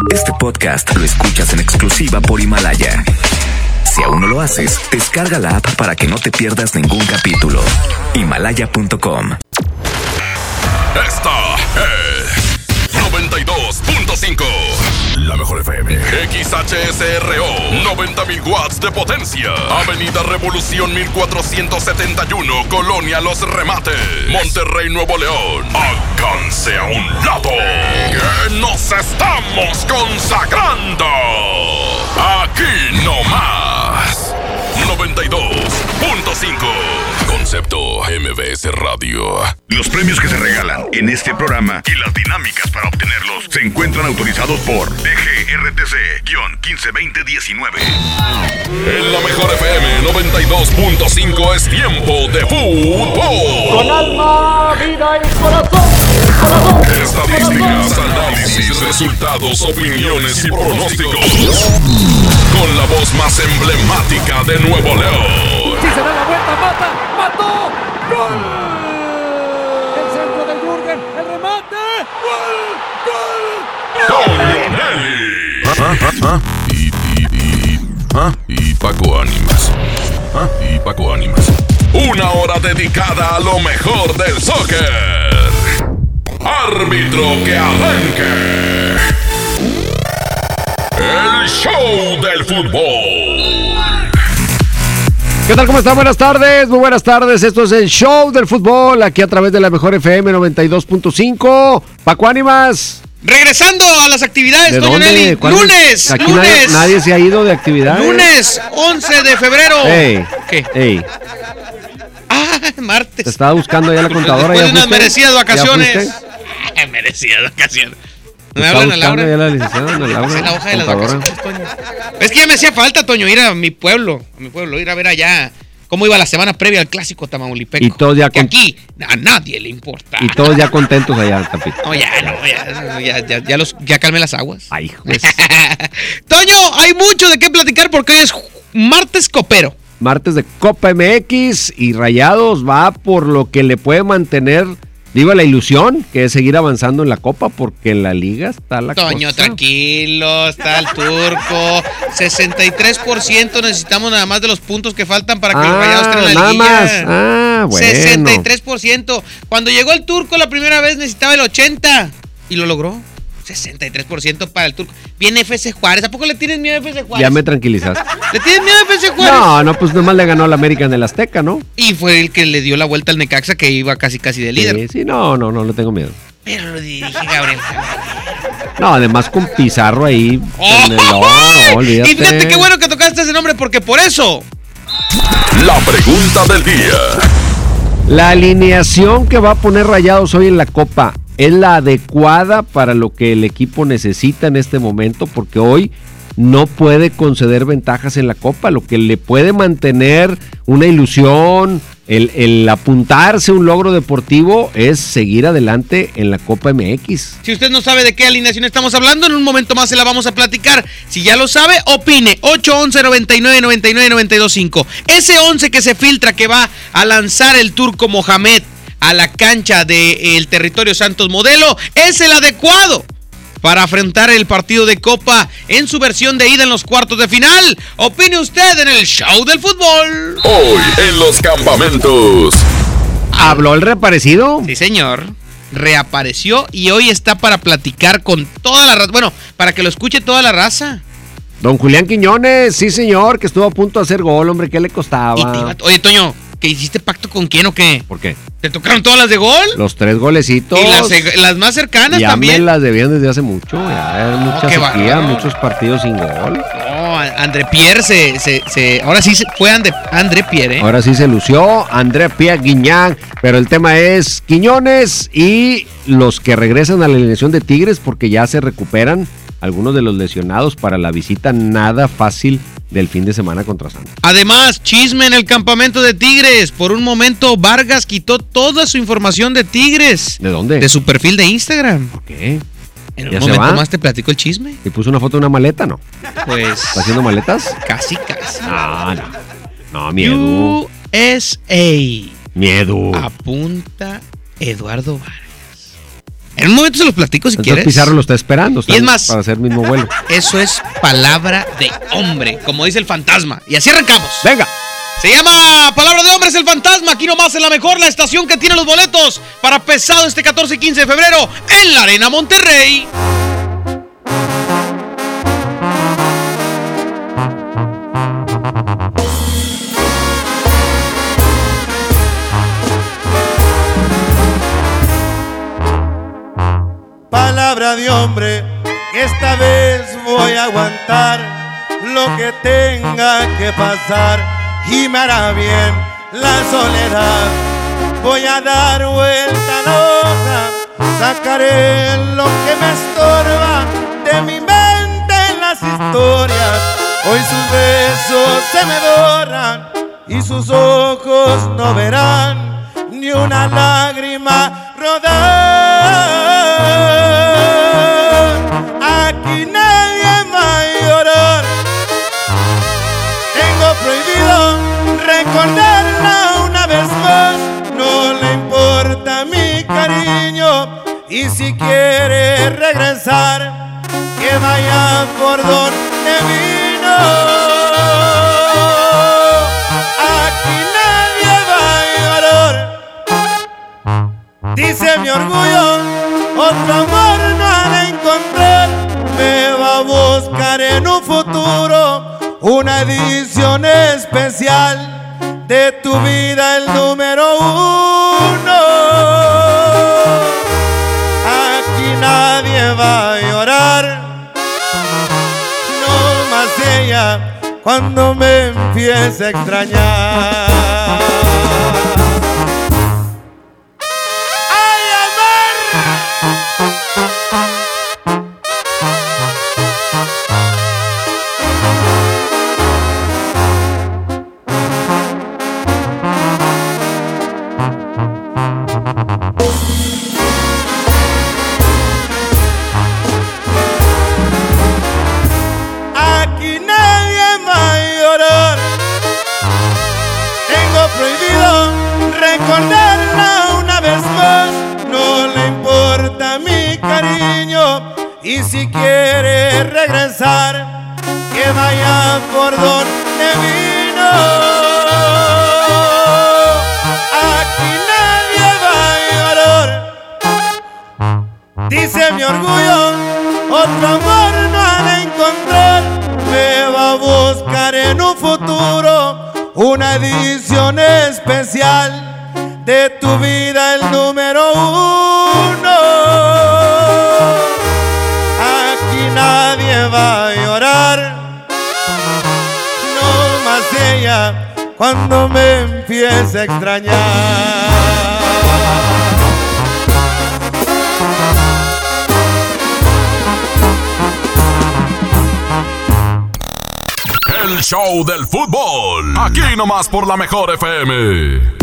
Este podcast lo escuchas en exclusiva por Himalaya. Si aún no lo haces, descarga la app para que no te pierdas ningún capítulo. Himalaya.com. Esta es 92.5. La mejor FM. XHSRO. 90,000 watts de potencia. Avenida Revolución 1471. Colonia Los Remates. Monterrey, Nuevo León. Alcance a un lado. Que nos estamos consagrando. Aquí no más. 92.5. Concepto MBS Radio. Los premios que se regalan en este programa y las dinámicas para obtenerlos se encuentran autorizados por DGRTC-152019. En la mejor FM 92.5 es tiempo de fútbol. Con alma, vida y corazón. Estadísticas, análisis, resultados, opiniones y pronósticos. Con la voz más emblemática de Nuevo León. Si se da la vuelta, mató. ¡Gol! El centro de Jürgen, el remate. ¡Gol! Y Paco Ánimas. Una hora dedicada a lo mejor del soccer. Árbitro que arranque. El show del fútbol. ¿Qué tal? ¿Cómo están? Buenas tardes, muy buenas tardes. Esto es el show del fútbol, aquí a través de la mejor FM 92.5. Paco Ánimas. Regresando a las actividades, Toño Nelly. Lunes. Aquí nadie se ha ido de actividad. Lunes 11 de febrero. ¿Qué? Martes. Te estaba buscando ya la contadora. Después de unas merecidas vacaciones. Merecidas vacaciones. Me hablan a Laura. Ya la licenciada, Laura. Es la hoja de las vacaciones, Toño. Es que ya me hacía falta, Toño, ir a mi pueblo, ir a ver allá cómo iba la semana previa al clásico tamaulipeco. Y todos ya que aquí a nadie le importa. Y todos ya contentos allá, Tapito. No, ya calmé las aguas. Ay, pues. Toño, hay mucho de qué platicar porque hoy es martes copero. Martes de Copa MX y Rayados va por lo que le puede mantener, digo, la ilusión, que es seguir avanzando en la Copa, porque en la Liga está la Toño, cosa. Tranquilo, está el turco. 63% necesitamos nada más de los puntos que faltan para que los Rayados estén en la nada liguilla. Más. Bueno. 63%. Cuando llegó el turco la primera vez necesitaba el 80% y lo logró. 63% para el turco. Viene FC Juárez. ¿A poco le tienes miedo a FC Juárez? Ya me tranquilizaste. ¿Le tienes miedo a FC Juárez? No, pues nomás le ganó al América en el Azteca, ¿no? Y fue el que le dio la vuelta al Necaxa, que iba casi de líder. Sí, no le tengo miedo. Pero lo dirige Gabriel. No, además con Pizarro ahí. No, olvídate. Y fíjate qué bueno que tocaste ese nombre, porque por eso. La pregunta del día. La alineación que va a poner Rayados hoy en la Copa, ¿es la adecuada para lo que el equipo necesita en este momento? Porque hoy no puede conceder ventajas en la Copa. Lo que le puede mantener una ilusión, el apuntarse a un logro deportivo, es seguir adelante en la Copa MX. Si usted no sabe de qué alineación estamos hablando, en un momento más se la vamos a platicar. Si ya lo sabe, opine. 811-99-99-925. Ese 11 que se filtra que va a lanzar el turco Mohamed a la cancha del territorio Santos Modelo es el adecuado para afrontar el partido de Copa en su versión de ida en los cuartos de final. Opine usted en el show del fútbol. Hoy en los campamentos. ¿Habló el reaparecido? Sí, señor. Reapareció y hoy está para platicar con toda la raza. Bueno, para que lo escuche toda la raza. Don Julián Quiñones, sí señor, que estuvo a punto de hacer gol, hombre, ¿qué le costaba? Oye, Toño, ¿que hiciste pacto con quién o qué? ¿Por qué? ¿Te tocaron todas las de gol? Los 3 golecitos. Y las más cercanas ya también. Ya me las debían desde hace mucho. Ya mucha sequía, muchos partidos sin gol. No, André Pierre ahora sí fue André Pierre, ¿eh? Ahora sí se lució André Pierre Guignac. Pero el tema es Quiñones y los que regresan a la alineación de Tigres porque ya se recuperan algunos de los lesionados para la visita nada fácil del fin de semana contra Santos. Además, chisme en el campamento de Tigres. Por un momento, Vargas quitó toda su información de Tigres. ¿De dónde? De su perfil de Instagram. ¿Por qué? En un momento más te platico el chisme. ¿Y puso una foto de una maleta, no? Pues... ¿Está haciendo maletas? Casi. No, miedo. USA. Miedo. Apunta Eduardo Vargas. En un momento se los platico si Entonces quieres. Pizarro lo está esperando. Y es más, para hacer el mismo vuelo. Eso es palabra de hombre, como dice el fantasma. Y así arrancamos. Venga. Se llama Palabra de Hombres el Fantasma, aquí nomás en La Mejor, la estación que tiene los boletos para Pesado este 14 y 15 de febrero en la Arena Monterrey. Palabra de hombre, que esta vez voy a aguantar lo que tenga que pasar. Y me hará bien la soledad. Voy a dar vuelta a la hoja, sacaré lo que me estorba de mi mente en las historias. Hoy sus besos se me borran y sus ojos no verán ni una lágrima rodar. Aquí nadie va a llorar. Tengo prohibido recordarla una vez más. No le importa mi cariño y si quiere regresar, que vaya por donde vino. Aquí nadie va a llorar. Dice mi orgullo, otro amor no ha de encontrar. Me va a buscar en un futuro una edición especial de tu vida, el número 1. Aquí nadie va a llorar, no más ella cuando me empiece a extrañar. Recordarla una vez más, no le importa mi cariño y si quiere regresar, que vaya por donde vino. Aquí nadie va a llorar. Dice mi orgullo, otro amor no ha de encontrar. Me va a buscar en un futuro una edición especial de tu vida, el número 1. Aquí nadie va a llorar, no más ella cuando me empiece a extrañar. El show del fútbol, aquí nomás por La Mejor FM.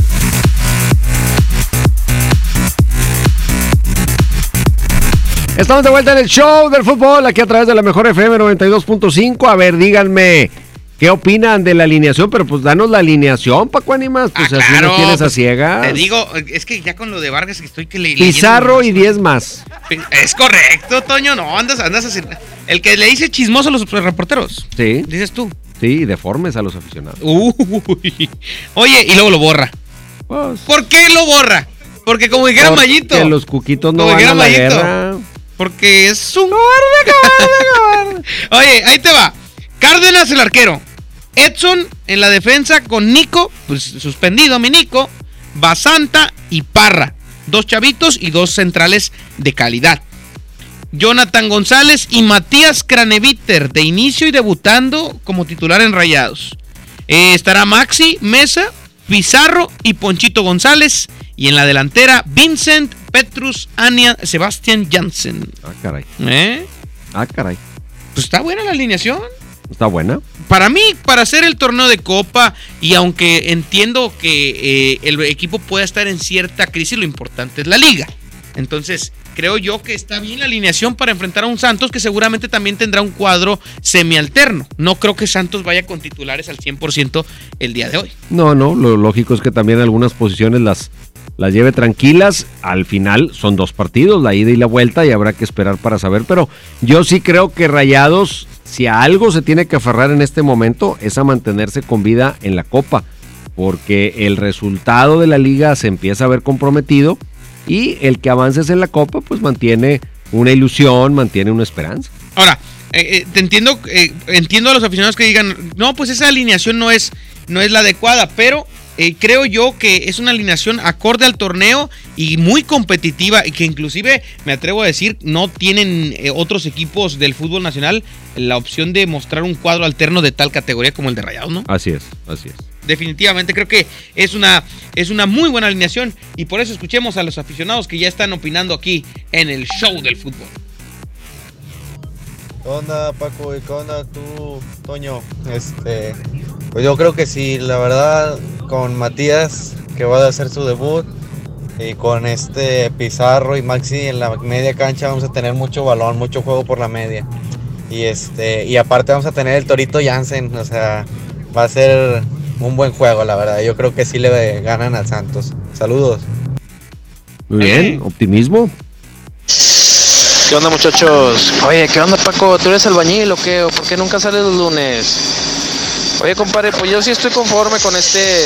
Estamos de vuelta en el show del fútbol, aquí a través de La Mejor FM 92.5. A ver, díganme, ¿qué opinan de la alineación? Pero pues danos la alineación, Paco Ánimas, pues así claro, no tienes pues, a ciegas. Te digo, es que ya con lo de Vargas que estoy que le Pizarro y 10 más. Es correcto, Toño, no, andas así. El que le dice chismoso a los reporteros. Sí. Dices tú. Sí, deformes a los aficionados. Uy. Oye, y luego lo borra. Pues, ¿Por qué lo borra? Porque como dijera Mayito. Que los cuquitos no como van a la Mayito, guerra. Porque es un... ¡Cobarde! Oye, ahí te va. Cárdenas el arquero. Edson en la defensa con Nico, pues suspendido mi Nico. Basanta y Parra. 2 chavitos y 2 centrales de calidad. Jonathan González y Matías Craneviter de inicio y debutando como titular en Rayados. Estará Maxi, Mesa, Pizarro y Ponchito González. Y en la delantera, Vincent, Petrus, Ania, Sebastián Janssen. Ah, caray. Ah, caray. Pues está buena la alineación. ¿Está buena? Para mí, para hacer el torneo de Copa, y aunque entiendo que el equipo pueda estar en cierta crisis, lo importante es la liga. Entonces, creo yo que está bien la alineación para enfrentar a un Santos que seguramente también tendrá un cuadro semialterno. No creo que Santos vaya con titulares al 100% el día de hoy. No, lo lógico es que también algunas posiciones las las lleve tranquilas. Al final son 2 partidos, la ida y la vuelta, y habrá que esperar para saber, pero yo sí creo que Rayados, si a algo se tiene que aferrar en este momento, es a mantenerse con vida en la Copa, porque el resultado de la liga se empieza a ver comprometido, y el que avances en la Copa pues mantiene una ilusión, mantiene una esperanza. Ahora, te entiendo a los aficionados que digan, no, pues esa alineación no es la adecuada, pero creo yo que es una alineación acorde al torneo y muy competitiva, y que inclusive, me atrevo a decir, no tienen otros equipos del fútbol nacional la opción de mostrar un cuadro alterno de tal categoría como el de Rayados, ¿no? Así es. Definitivamente creo que es una muy buena alineación, y por eso escuchemos a los aficionados que ya están opinando aquí en el show del fútbol. ¿Qué onda, Paco? ¿Y qué onda tú, Toño? Pues yo creo que sí, la verdad, con Matías, que va a hacer su debut, y con Pizarro y Maxi en la media cancha, vamos a tener mucho balón, mucho juego por la media. Y aparte vamos a tener el Torito Jansen, o sea, va a ser un buen juego, la verdad. Yo creo que sí le ganan al Santos. Saludos. Muy bien, optimismo. ¿Qué onda, muchachos? Oye, ¿qué onda, Paco? ¿Tú eres albañil o qué? ¿O por qué nunca sales los lunes? Oye, compadre, pues yo sí estoy conforme con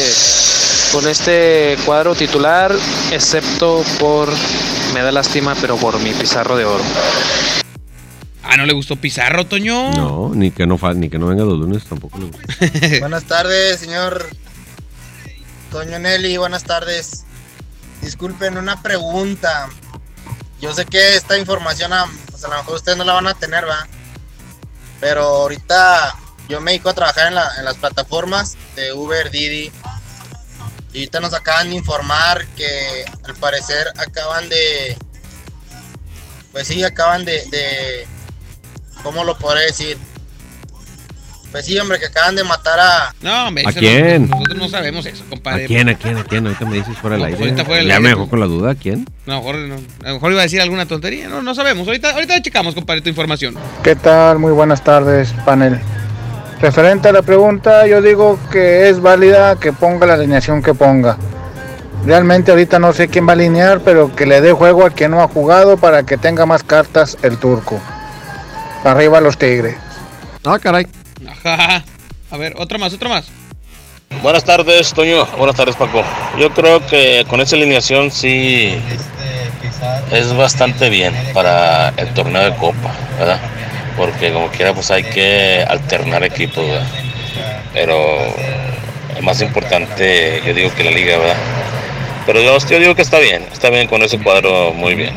este cuadro titular, excepto me da lástima, pero por mi Pizarro de oro. ¿No le gustó Pizarro, Toño? No, ni que no venga los lunes, tampoco le gusta. Buenas tardes, señor Toño Nelly, buenas tardes. Disculpen, una pregunta. Yo sé que esta información, pues a lo mejor ustedes no la van a tener, ¿va? Pero ahorita yo me dedico a trabajar en las plataformas de Uber, Didi. Y ahorita nos acaban de informar que al parecer acaban de ¿cómo lo podré decir? Pues sí, hombre, que acaban de matar a... No, hombre, ¿a quién? Nosotros no sabemos eso, compadre. ¿A quién? Ahorita me dices fuera del aire. Ahorita fuera del ya aire. me dejó con la duda, ¿a quién? No, a lo mejor iba a decir alguna tontería. No sabemos. Ahorita checamos, compadre, tu información. ¿Qué tal? Muy buenas tardes, panel. Referente a la pregunta, yo digo que es válida que ponga la alineación que ponga. Realmente ahorita no sé quién va a alinear, pero que le dé juego a quien no ha jugado para que tenga más cartas el turco. Arriba los Tigres. Ah, caray. Ajá. A ver, otra más. Buenas tardes, Toño. Buenas tardes, Paco. Yo creo que con esa alineación sí es bastante bien para el torneo de Copa, ¿verdad? Porque como quiera pues hay que alternar equipos, ¿verdad? Pero es más importante, yo digo, que la liga, ¿verdad? Pero yo digo que está bien con ese cuadro, muy bien.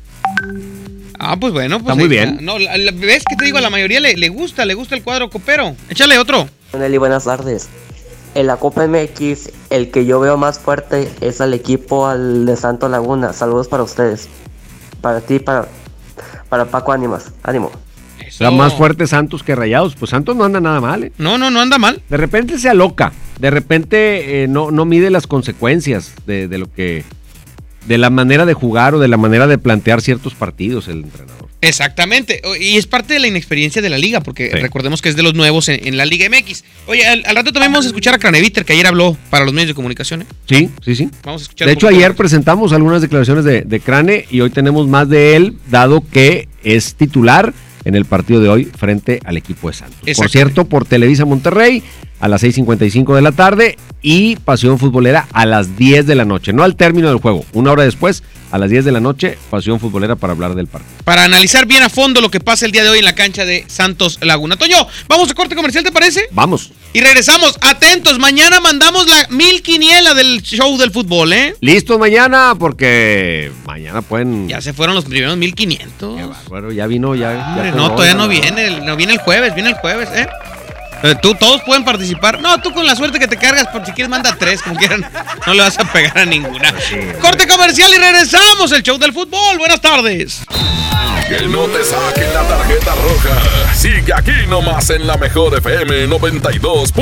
Pues bueno, pues está muy bien. No, ¿ves que te digo? A la mayoría le gusta el cuadro copero. Échale otro. Nelly, buenas tardes. En la Copa MX, el que yo veo más fuerte es al equipo de Santos Laguna. Saludos para ustedes. Para ti, para Paco, ánimo. Está más fuerte Santos que Rayados. Pues Santos no anda nada mal, ¿eh? No anda mal. De repente se aloca. De repente no mide las consecuencias de lo que... de la manera de jugar o de la manera de plantear ciertos partidos el entrenador. Exactamente, y es parte de la inexperiencia de la liga, porque sí, recordemos que es de los nuevos en la Liga MX. Oye, al rato también vamos a escuchar a Craneviter, que ayer habló para los medios de comunicación, ¿eh? Sí. Vamos a escuchar. De hecho, ayer presentamos algunas declaraciones de Crane y hoy tenemos más de él, dado que es titular en el partido de hoy frente al equipo de Santos. Por cierto, por Televisa Monterrey a las 6:55 de la tarde y Pasión Futbolera a las 10 de la noche, no al término del juego, una hora después, a las 10 de la noche, Pasión Futbolera para hablar del partido. Para analizar bien a fondo lo que pasa el día de hoy en la cancha de Santos Laguna. Toño, vamos a corte comercial, ¿te parece? Vamos. Y regresamos, atentos, mañana mandamos la 1000 quiniela del show del fútbol, ¿eh? Listos mañana, porque mañana pueden... Ya se fueron los primeros 1500. Qué bárbaro, ya vino, ya no, todavía no viene el jueves, ¿eh? Todos pueden participar. No, tú con la suerte que te cargas, por si quieres manda 3, como quieran. No le vas a pegar a ninguna. Sí, corte comercial y regresamos, el show del fútbol. Buenas tardes. Que no te saquen la tarjeta roja. Sigue aquí nomás en la mejor FM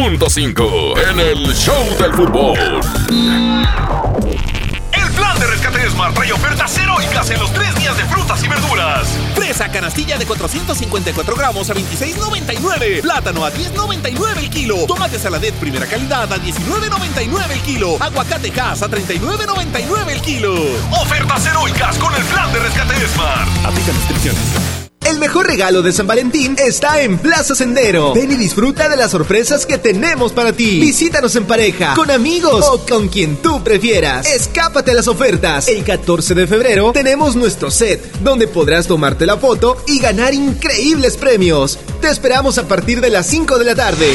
92.5 en el show del fútbol. El plan de rescate Rescate Esmar trae ofertas heroicas en los 3 días de frutas y verduras. Fresa canastilla de 454 gramos a $26.99. Plátano a $10.99 el kilo. Tomate saladet primera calidad a $19.99 el kilo. Aguacate Hass a $39.99 el kilo. Ofertas heroicas con el plan de Rescate Esmar. Aplican restricciones. El mejor regalo de San Valentín está en Plaza Sendero. Ven y disfruta de las sorpresas que tenemos para ti. Visítanos en pareja, con amigos o con quien tú prefieras. Escápate a las ofertas. El 14 de febrero tenemos nuestro set, donde podrás tomarte la foto y ganar increíbles premios. Te esperamos a partir de las 5 de la tarde.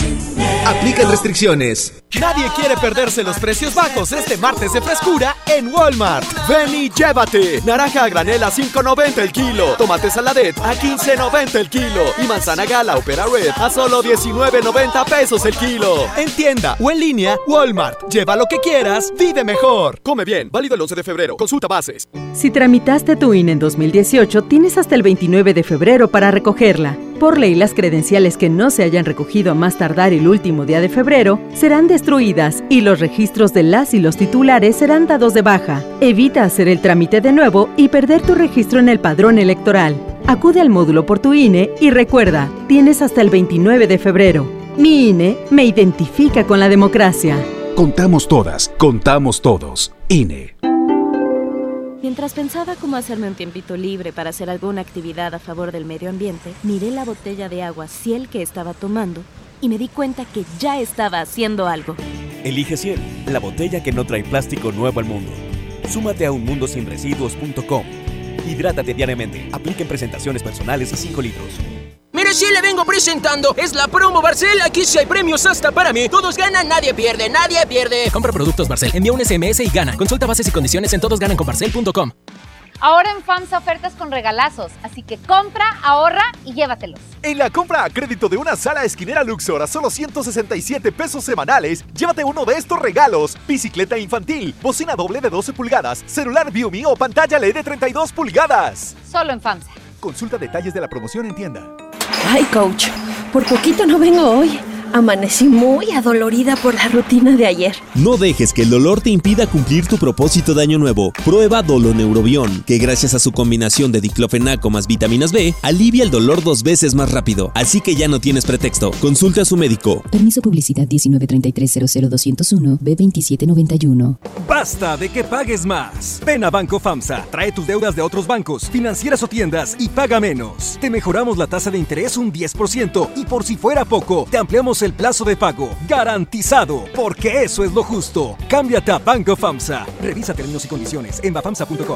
Aplican restricciones. Nadie quiere perderse los precios bajos este martes de frescura en Walmart. Ven y llévate. Naranja a granel a $5.90 el kilo. Tomate saladet a $15.90 el kilo. Y manzana gala Opera Red a solo $19.90 pesos el kilo. En tienda o en línea, Walmart. Lleva lo que quieras, vive mejor. Come bien. Válido el 11 de febrero. Consulta bases. Si tramitaste tu INE en 2018, tienes hasta el 29 de febrero para recogerla. Por ley, las credenciales que no se hayan recogido a más tardar el último día de febrero serán destruidas y los registros de las y los titulares serán dados de baja. Evita hacer el trámite de nuevo y perder tu registro en el padrón electoral. Acude al módulo por tu INE y recuerda, tienes hasta el 29 de febrero. Mi INE me identifica con la democracia. Contamos todas, contamos todos. INE. Mientras pensaba cómo hacerme un tiempito libre para hacer alguna actividad a favor del medio ambiente, miré la botella de agua Ciel que estaba tomando y me di cuenta que ya estaba haciendo algo. Elige Ciel, la botella que no trae plástico nuevo al mundo. Súmate a unmundosinresiduos.com. Hidrátate diariamente. Apliquen presentaciones personales y 5 litros. Mire, sí le vengo presentando. Es la promo Barcel. Aquí sí hay premios hasta para mí. Todos ganan, nadie pierde, nadie pierde. Compra productos Barcel. Envía un SMS y gana. Consulta bases y condiciones en todosgananconbarcel.com. Ahora en FAMSA ofertas con regalazos, así que compra, ahorra y llévatelos. En la compra a crédito de una sala esquinera Luxor a solo 167 pesos semanales, llévate uno de estos regalos: bicicleta infantil, bocina doble de 12 pulgadas, celular ViewMe o pantalla LED de 32 pulgadas. Solo en FAMSA. Consulta detalles de la promoción en tienda. Ay, coach, por poquito no vengo hoy. Amanecí muy adolorida por la rutina de ayer. No dejes que el dolor te impida cumplir tu propósito de año nuevo. Prueba Doloneurobion, que gracias a su combinación de diclofenaco más vitaminas B, alivia el dolor 2 veces más rápido. Así que ya no tienes pretexto. Consulta a su médico. Permiso publicidad 1933-00201-B2791. ¡Basta de que pagues más! Ven a Banco FAMSA, trae tus deudas de otros bancos, financieras o tiendas y paga menos. Te mejoramos la tasa de interés un 10% y por si fuera poco, te ampliamos el plazo de pago, garantizado, porque eso es lo justo. Cámbiate a Banco FAMSA. Revisa términos y condiciones en bafamsa.com.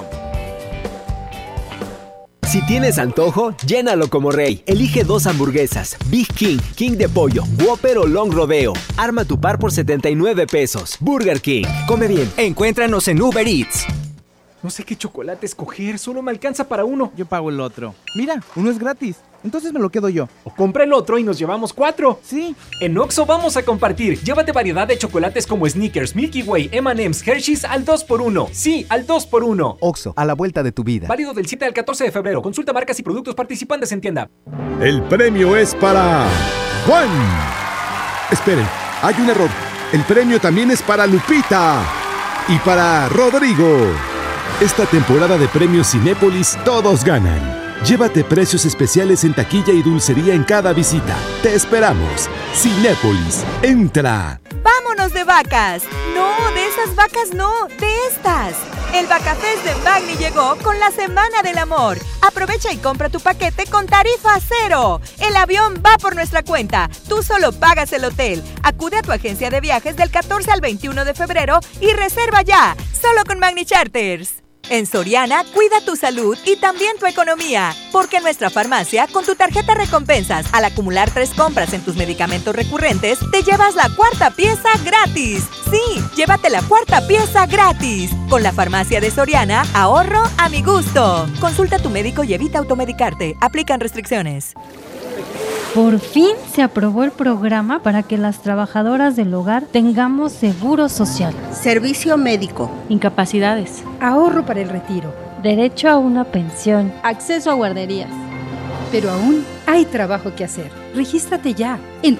Si tienes antojo, llénalo como rey. Elige 2 hamburguesas, Big King, King de pollo, Whopper o Long Rodeo. Arma tu par por 79 pesos. Burger King. Come bien. Encuéntranos en Uber Eats. No sé qué chocolate escoger, solo me alcanza para uno. Yo pago el otro. Mira, uno es gratis. Entonces me lo quedo yo. O compra el otro y nos llevamos 4. Sí. En Oxxo vamos a compartir. Llévate variedad de chocolates como Snickers, Milky Way, M&M's, Hershey's al 2x1. Sí, al 2x1. Oxxo, a la vuelta de tu vida. Válido del 7 al 14 de febrero. Consulta marcas y productos participantes en tienda. El premio es para Juan. Esperen, hay un error. El premio también es para Lupita y para Rodrigo. Esta temporada de premios Cinépolis todos ganan. Llévate precios especiales en taquilla y dulcería en cada visita. Te esperamos. Cinépolis, entra. ¡Vámonos de vacas! No, de esas vacas no, de estas. El Vacafest de Magni llegó con la Semana del Amor. Aprovecha y compra tu paquete con tarifa cero. El avión va por nuestra cuenta. Tú solo pagas el hotel. Acude a tu agencia de viajes del 14 al 21 de febrero y reserva ya. Solo con Magni Charters. En Soriana, cuida tu salud y también tu economía, porque en nuestra farmacia, con tu tarjeta recompensas, al acumular 3 compras en tus medicamentos recurrentes, te llevas la 4ª pieza gratis. Sí, llévate la 4ª pieza gratis. Con la farmacia de Soriana, ahorro a mi gusto. Consulta a tu médico y evita automedicarte. Aplican restricciones. Por fin se aprobó el programa para que las trabajadoras del hogar tengamos seguro social, servicio médico, incapacidades, ahorro para el retiro, derecho a una pensión, acceso a guarderías. Pero aún hay trabajo que hacer. Regístrate ya en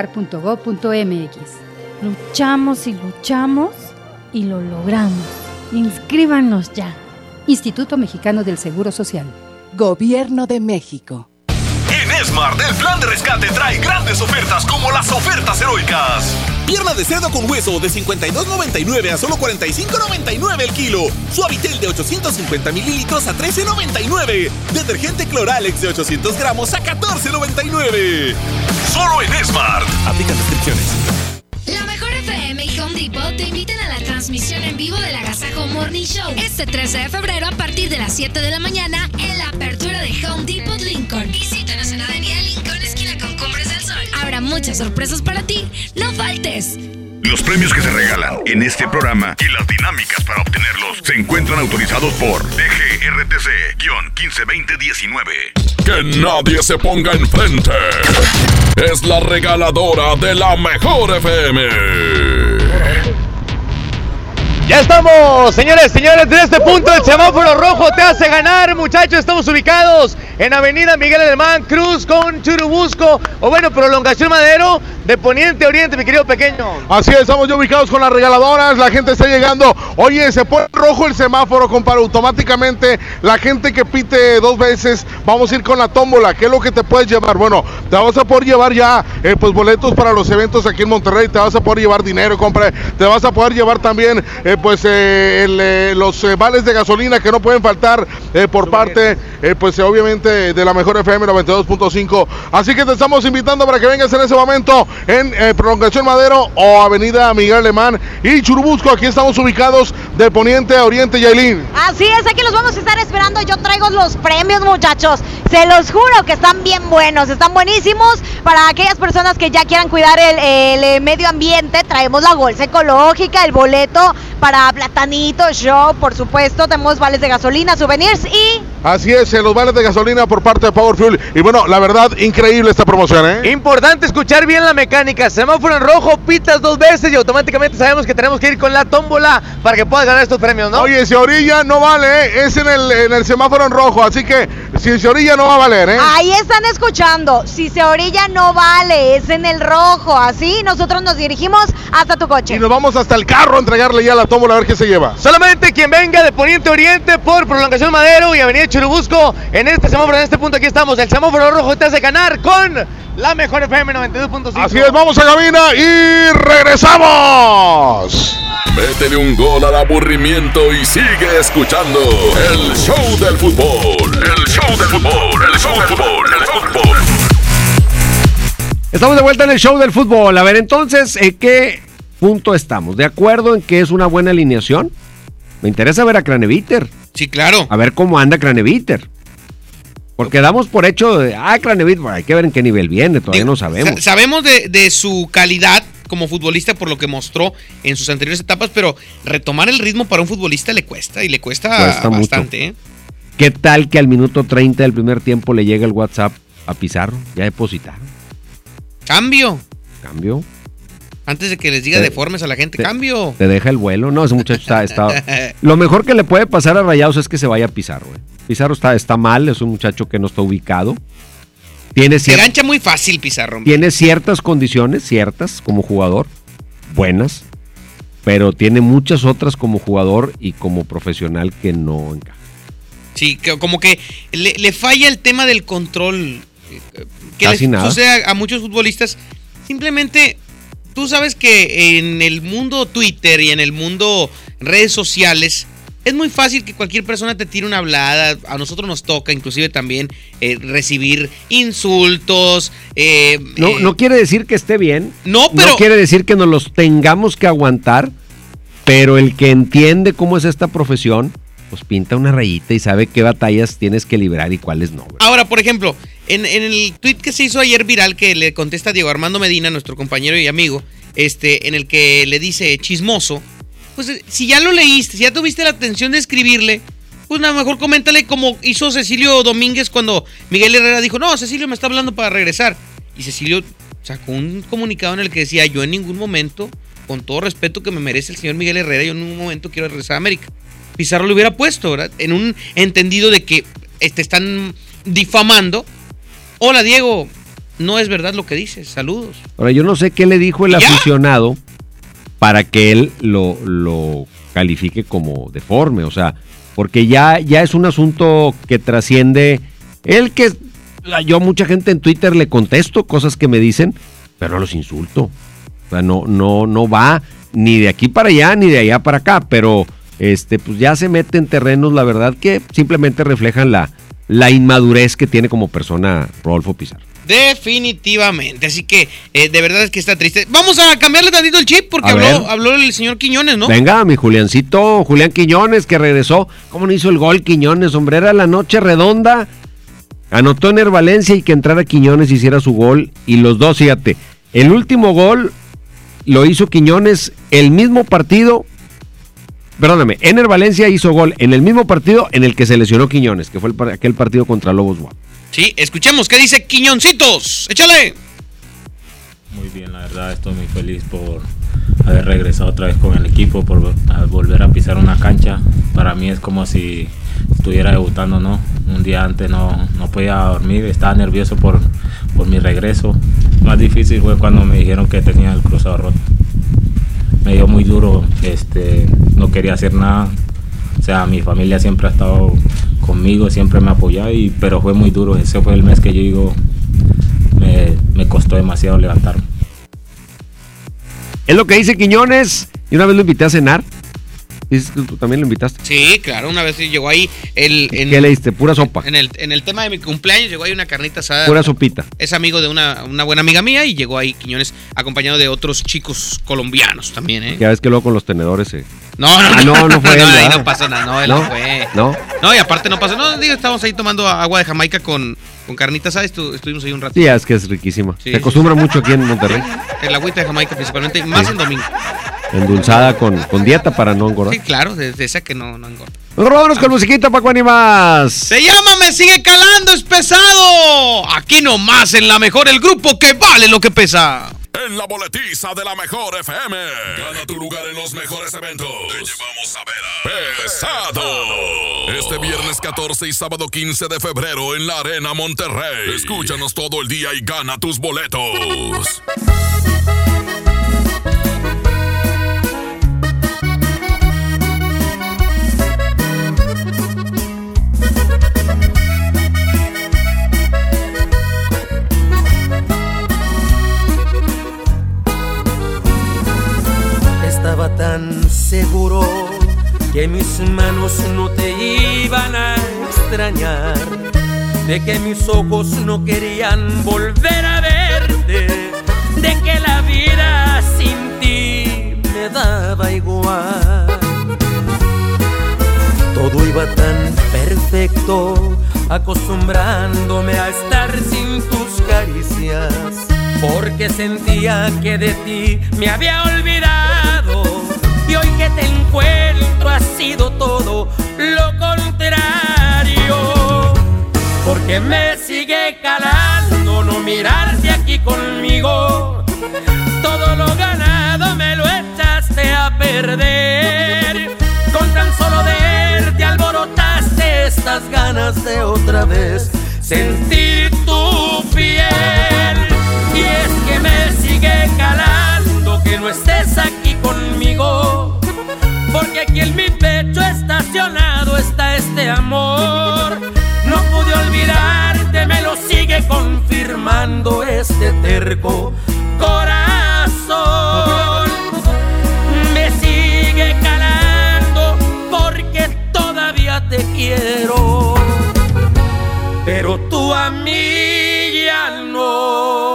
trabajadorasdelhogar.gov.mx. Luchamos y luchamos y lo logramos. Inscríbanos ya. Instituto Mexicano del Seguro Social. Gobierno de México. En Smart, el plan de rescate trae grandes ofertas como las ofertas heroicas. Pierna de cerdo con hueso de $52.99 a solo $45.99 el kilo. Suavitel de 850 mililitros a $13.99. Detergente Cloralex de 800 gramos a $14.99. Solo en Smart. Aplican restricciones. La Mejor FM y Home Depot te invitan a la transmisión en vivo del Agasajo Morning Show este 13 de febrero a partir de las 7 de la mañana en la apertura de Home Depot Lincoln. Visítanos en Avenida Lincoln, esquina con Cumbres del Sol. Habrá muchas sorpresas para ti. ¡No faltes! Los premios que se regalan en este programa y las dinámicas para obtenerlos se encuentran autorizados por DGRTC-152019. Que nadie se ponga enfrente. Es la regaladora de la Mejor FM. Ya estamos, señores, de este punto el semáforo rojo te hace ganar, muchachos. Estamos ubicados en Avenida Miguel Alemán Cruz con Churubusco, o bueno, prolongación Madero, de poniente a oriente, mi querido pequeño. Así es, estamos ya ubicados con las regaladoras, la gente está llegando. Oye, se pone rojo el semáforo, compadre, automáticamente la gente que pite 2 veces, vamos a ir con la tómbola. ¿Qué es lo que te puedes llevar? Bueno, te vas a poder llevar ya pues boletos para los eventos aquí en Monterrey, te vas a poder llevar dinero, compadre, te vas a poder llevar también los vales de gasolina que no pueden faltar por parte, pues obviamente de la Mejor FM 92.5. Así que te estamos invitando para que vengas en ese momento en Prolongación Madero o Avenida Miguel Alemán y Churubusco. Aquí estamos ubicados de poniente a oriente, Yailin. Así es, aquí los vamos a estar esperando. Yo traigo los premios, muchachos. Se los juro que están bien buenos, están buenísimos. Para aquellas personas que ya quieran cuidar el medio ambiente, traemos la bolsa ecológica, el boleto para Platanito Show, por supuesto. Tenemos vales de gasolina, souvenirs y... Así es, los vales de gasolina por parte de Power Fuel. Y bueno, la verdad, increíble esta promoción, ¿eh? Importante escuchar bien la mecánica. Semáforo en rojo, pitas 2 veces y automáticamente sabemos que tenemos que ir con la tómbola para que puedas ganar estos premios, ¿no? Oye, si orilla no vale, ¿eh? Es en el semáforo en rojo, así que si se orilla no va a valer, ¿eh? Ahí están escuchando, si se orilla no vale, es en el rojo, así nosotros nos dirigimos hasta tu coche. Y nos vamos hasta el carro a entregarle ya la tómbola a ver qué se lleva. Solamente quien venga de poniente a oriente por Prolongación Madero y Avenida Churubusco, en este semáforo, en este punto aquí estamos, el semáforo rojo te hace ganar con la Mejor FM 92.5. Así es, vamos a cabina y regresamos. Métele un gol al aburrimiento y sigue escuchando el show del fútbol. El show del fútbol, el show del fútbol, el fútbol. Estamos de vuelta en el show del fútbol. A ver, entonces, ¿en qué punto estamos? ¿De acuerdo en que es una buena alineación? Me interesa ver a Craneviter. Sí, claro. A ver cómo anda Craneviter. Porque damos por hecho de, Craneviter, hay que ver en qué nivel viene, todavía no sabemos. Sabemos de su calidad como futbolista por lo que mostró en sus anteriores etapas, pero retomar el ritmo para un futbolista le cuesta, y le cuesta bastante. ¿eh? ¿Qué tal que al minuto 30 del primer tiempo le llega el WhatsApp a Pizarro? Ya depositaron. Cambio. Antes de que les diga deformes a la gente, cambio. Te deja el vuelo. No, ese muchacho está... Lo mejor que le puede pasar a Rayados es que se vaya a Pizarro. Pizarro está mal, es un muchacho que no está ubicado. Se gancha muy fácil Pizarro. Tiene ciertas condiciones, como jugador, buenas, pero tiene muchas otras como jugador y como profesional que no encaja. Sí, como que le falla el tema del control. Que Casi nada. Sucede a muchos futbolistas. Simplemente, tú sabes que en el mundo Twitter y en el mundo redes sociales es muy fácil que cualquier persona te tire una hablada. A nosotros nos toca inclusive también recibir insultos. No quiere decir que esté bien. No quiere decir que nos los tengamos que aguantar. Pero el que entiende cómo es esta profesión, pues pinta una rayita y sabe qué batallas tienes que librar y cuáles no. ¿Verdad? Ahora, por ejemplo, en el tweet que se hizo ayer viral, que le contesta Diego Armando Medina, nuestro compañero y amigo, en el que le dice chismoso, pues si ya lo leíste, si ya tuviste la atención de escribirle, pues a lo mejor coméntale como hizo Cecilio Domínguez cuando Miguel Herrera dijo, no, Cecilio me está hablando para regresar. Y Cecilio sacó un comunicado en el que decía, yo en ningún momento, con todo respeto que me merece el señor Miguel Herrera, yo en ningún momento quiero regresar a América. Pizarro lo hubiera puesto, ¿verdad? En un entendido de que te están difamando. Hola, Diego, no es verdad lo que dices, saludos. Ahora, yo no sé qué le dijo el aficionado, para que él lo califique como deforme, o sea, porque ya es un asunto que trasciende yo a mucha gente en Twitter le contesto cosas que me dicen, pero no los insulto. O sea, no va ni de aquí para allá ni de allá para acá, pero pues ya se mete en terrenos, la verdad, que simplemente reflejan la inmadurez que tiene como persona Rodolfo Pizarro. Definitivamente, así que de verdad es que está triste. Vamos a cambiarle tantito el chip porque habló el señor Quiñones, ¿no? Venga, mi Julián Quiñones, que regresó. ¿Cómo no hizo el gol Quiñones? Hombre, era la noche redonda. Anotó Ener Valencia y que entrara Quiñones y hiciera su gol. Y los dos, fíjate, el último gol lo hizo Quiñones el mismo partido. Perdóname, Ener Valencia hizo gol en el mismo partido en el que se lesionó Quiñones, que fue aquel partido contra Lobos WAP. Sí, escuchemos qué dice Quiñoncitos. ¡Échale! Muy bien, la verdad estoy muy feliz por haber regresado otra vez con el equipo, por volver a pisar una cancha. Para mí es como si estuviera debutando, ¿no? Un día antes no podía dormir, estaba nervioso por mi regreso. Más difícil fue cuando me dijeron que tenía el cruzado roto. Me dio muy duro, no quería hacer nada. O sea, mi familia siempre ha estado conmigo, siempre me ha apoyado, pero fue muy duro. Ese fue el mes que yo digo, me costó demasiado levantarme. Es lo que dice Quiñones, y una vez lo invité a cenar. ¿Dices que tú también lo invitaste? Sí, claro, una vez llegó ahí ¿Qué le diste? Pura sopa. En el tema de mi cumpleaños llegó ahí una carnita asada. Pura sopita. Es amigo de una buena amiga mía y llegó ahí Quiñones acompañado de otros chicos colombianos también, ¿eh? Ya ves que luego con los tenedores No fue él, ahí no pasó nada, no, él no fue. No, y aparte no pasó, estábamos ahí tomando agua de Jamaica con carnitas, ¿sabes? Estuvimos ahí un rato. Sí, es que es riquísima. Sí, se acostumbra mucho aquí en Monterrey. El agüita de Jamaica principalmente, más en domingo. Endulzada con dieta para no engordar. Sí, claro, desde esa que no engorda. Vámonos con musiquita, Paco Animas. Se llama Me Sigue Calando, es pesado. Aquí nomás en la mejor, el grupo que vale lo que pesa. En la boletiza de la mejor FM. Gana tu lugar en los mejores eventos. Te llevamos a ver a Pesado. Este viernes 14 y sábado 15 de febrero en la Arena Monterrey. Escúchanos todo el día y gana tus boletos. Estaba tan seguro que mis manos no te iban a extrañar, de que mis ojos no querían volver a verte, de que la vida sin ti me daba igual. Todo iba tan perfecto, acostumbrándome a estar sin tus caricias, porque sentía que de ti me había olvidado, y hoy que te encuentro ha sido todo lo contrario, porque me sigue calando no mirarte aquí conmigo. Todo lo ganado me lo echaste a perder, con tan solo verte alborotaste estas ganas de otra vez sentir tu piel. Y es que me sigue calando que no estés aquí conmigo, porque aquí en mi pecho estacionado está este amor. No pude olvidarte, me lo sigue confirmando este terco corazón. Me sigue calando porque todavía te quiero, pero tú a mí ya no.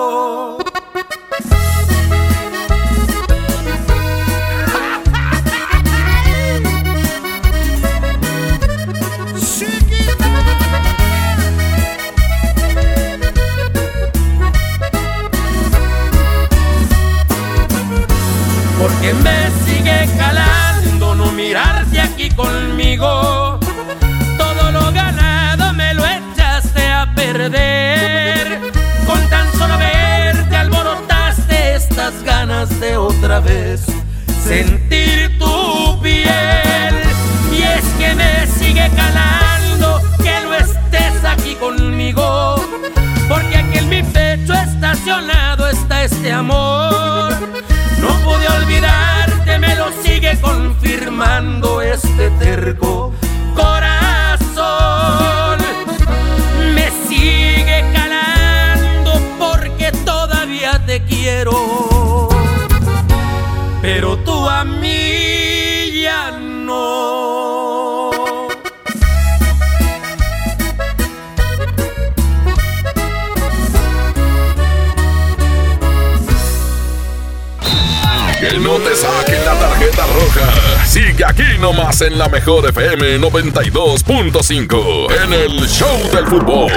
Porque me sigue calando no mirarte aquí conmigo. Todo lo ganado me lo echaste a perder, con tan solo verte alborotaste estas ganas de otra vez sentir tu piel. Y es que me sigue calando que no estés aquí conmigo, porque aquí en mi pecho estacionado está este amor. No pude olvidar Que no te saquen la tarjeta roja. Sigue aquí nomás en la mejor FM 92.5 en el Show del Fútbol.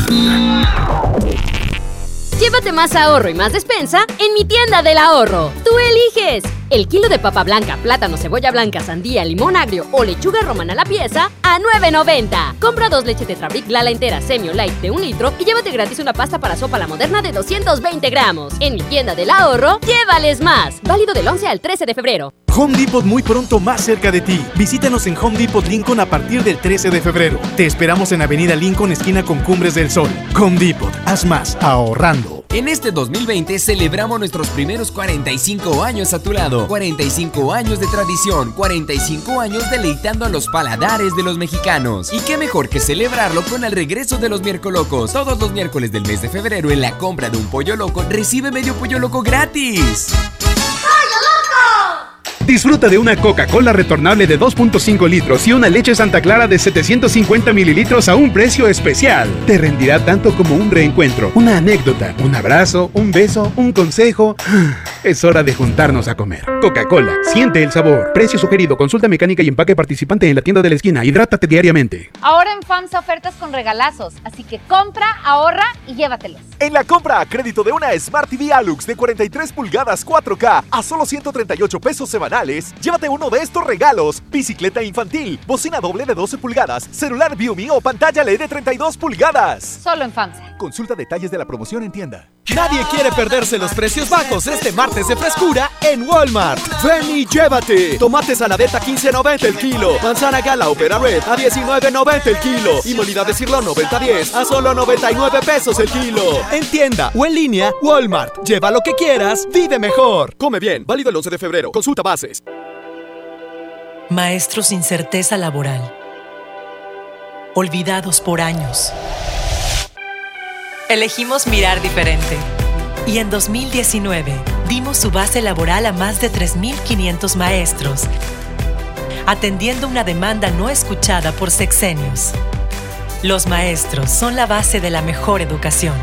Llévate más ahorro y más despensa en mi tienda del ahorro. Tú eliges. El kilo de papa blanca, plátano, cebolla blanca, sandía, limón agrio o lechuga romana a la pieza a $9.90. Compra 2 leche Tetrabric Lala entera Semi o Light de 1 litro y llévate gratis una pasta para sopa La Moderna de 220 gramos. En mi tienda del ahorro, llévales más. Válido del 11 al 13 de febrero. Home Depot muy pronto más cerca de ti. Visítanos en Home Depot Lincoln a partir del 13 de febrero. Te esperamos en Avenida Lincoln, esquina con Cumbres del Sol. Home Depot, haz más ahorrando. En este 2020 celebramos nuestros primeros 45 años a tu lado. 45 años de tradición, 45 años deleitando a los paladares de los mexicanos. Y qué mejor que celebrarlo con el regreso de los Miercolocos. Todos los miércoles del mes de febrero en la compra de un pollo loco, recibe medio pollo loco gratis. Disfruta de una Coca-Cola retornable de 2.5 litros y una leche Santa Clara de 750 mililitros a un precio especial. Te rendirá tanto como un reencuentro, una anécdota, un abrazo, un beso, un consejo. Es hora de juntarnos a comer. Coca-Cola, siente el sabor. Precio sugerido, consulta mecánica y empaque participante en la tienda de la esquina. Hidrátate diariamente. Ahora en FAMSA ofertas con regalazos, así que compra, ahorra y llévatelos. En la compra a crédito de una Smart TV Alux de 43 pulgadas 4K a solo 138 pesos semanales, llévate uno de estos regalos: bicicleta infantil, bocina doble de 12 pulgadas, celular Viumi o pantalla LED de 32 pulgadas. Solo en FAMSA. Consulta detalles de la promoción en tienda. Nadie quiere perderse los precios bajos este martes de frescura en Walmart. Ven y llévate. Tomate saladeta 15.90 el kilo. Manzana Gala Opera Red a 19.90 el kilo. Y molida de cirlón 90-10 a solo 99 pesos el kilo. En tienda o en línea, Walmart. Lleva lo que quieras, vive mejor. Come bien. Válido el 11 de febrero. Consulta bases. Maestros sin certeza laboral. Olvidados por años. Elegimos mirar diferente. Y en 2019 dimos su base laboral a más de 3.500 maestros, atendiendo una demanda no escuchada por sexenios. Los maestros son la base de la mejor educación.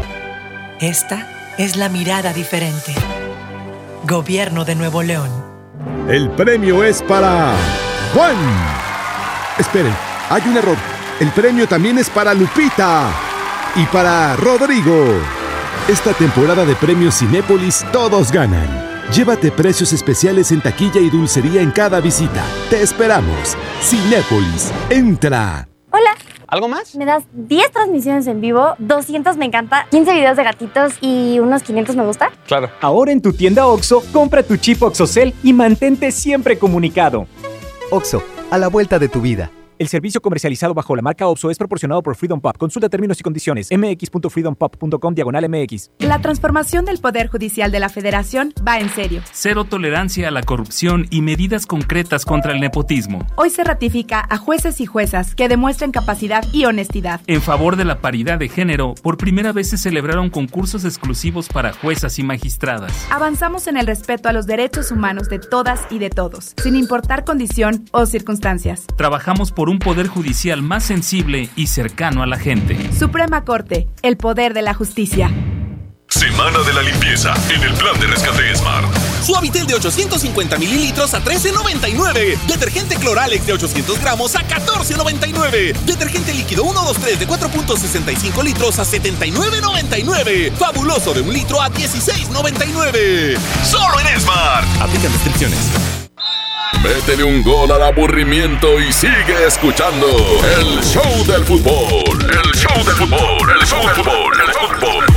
Esta es la mirada diferente. Gobierno de Nuevo León. El premio es para Juan. Esperen, hay un error. El premio también es para Lupita y para Rodrigo. Esta temporada de premios Cinépolis todos ganan. Llévate precios especiales en taquilla y dulcería en cada visita. Te esperamos. Cinépolis, entra. Hola. ¿Algo más? Me das 10 transmisiones en vivo, 200 me encanta, 15 videos de gatitos y unos 500 me gusta. Claro. Ahora en tu tienda OXXO, compra tu chip OXXOCEL y mantente siempre comunicado. OXXO, a la vuelta de tu vida. El servicio comercializado bajo la marca OXXO es proporcionado por Freedom Pop. Consulta términos y condiciones. mx.freedompop.com/MX. La transformación del Poder Judicial de la Federación va en serio. Cero tolerancia a la corrupción y medidas concretas contra el nepotismo. Hoy se ratifica a jueces y juezas que demuestren capacidad y honestidad. En favor de la paridad de género, por primera vez se celebraron concursos exclusivos para juezas y magistradas. Avanzamos en el respeto a los derechos humanos de todas y de todos, sin importar condición o circunstancias. Trabajamos por un poder judicial más sensible y cercano a la gente. Suprema Corte, el poder de la justicia. Semana de la limpieza en el plan de rescate Smart. Suavitel de 850 mililitros a $13.99. Detergente Cloralex de 800 gramos a $14.99. Detergente líquido 123 de 4.65 litros a $79.99. Fabuloso de 1 litro a $16.99. Solo en Smart. Aplican restricciones. Métele un gol al aburrimiento y sigue escuchando el show del fútbol. El show del fútbol. El show del fútbol. El show del fútbol.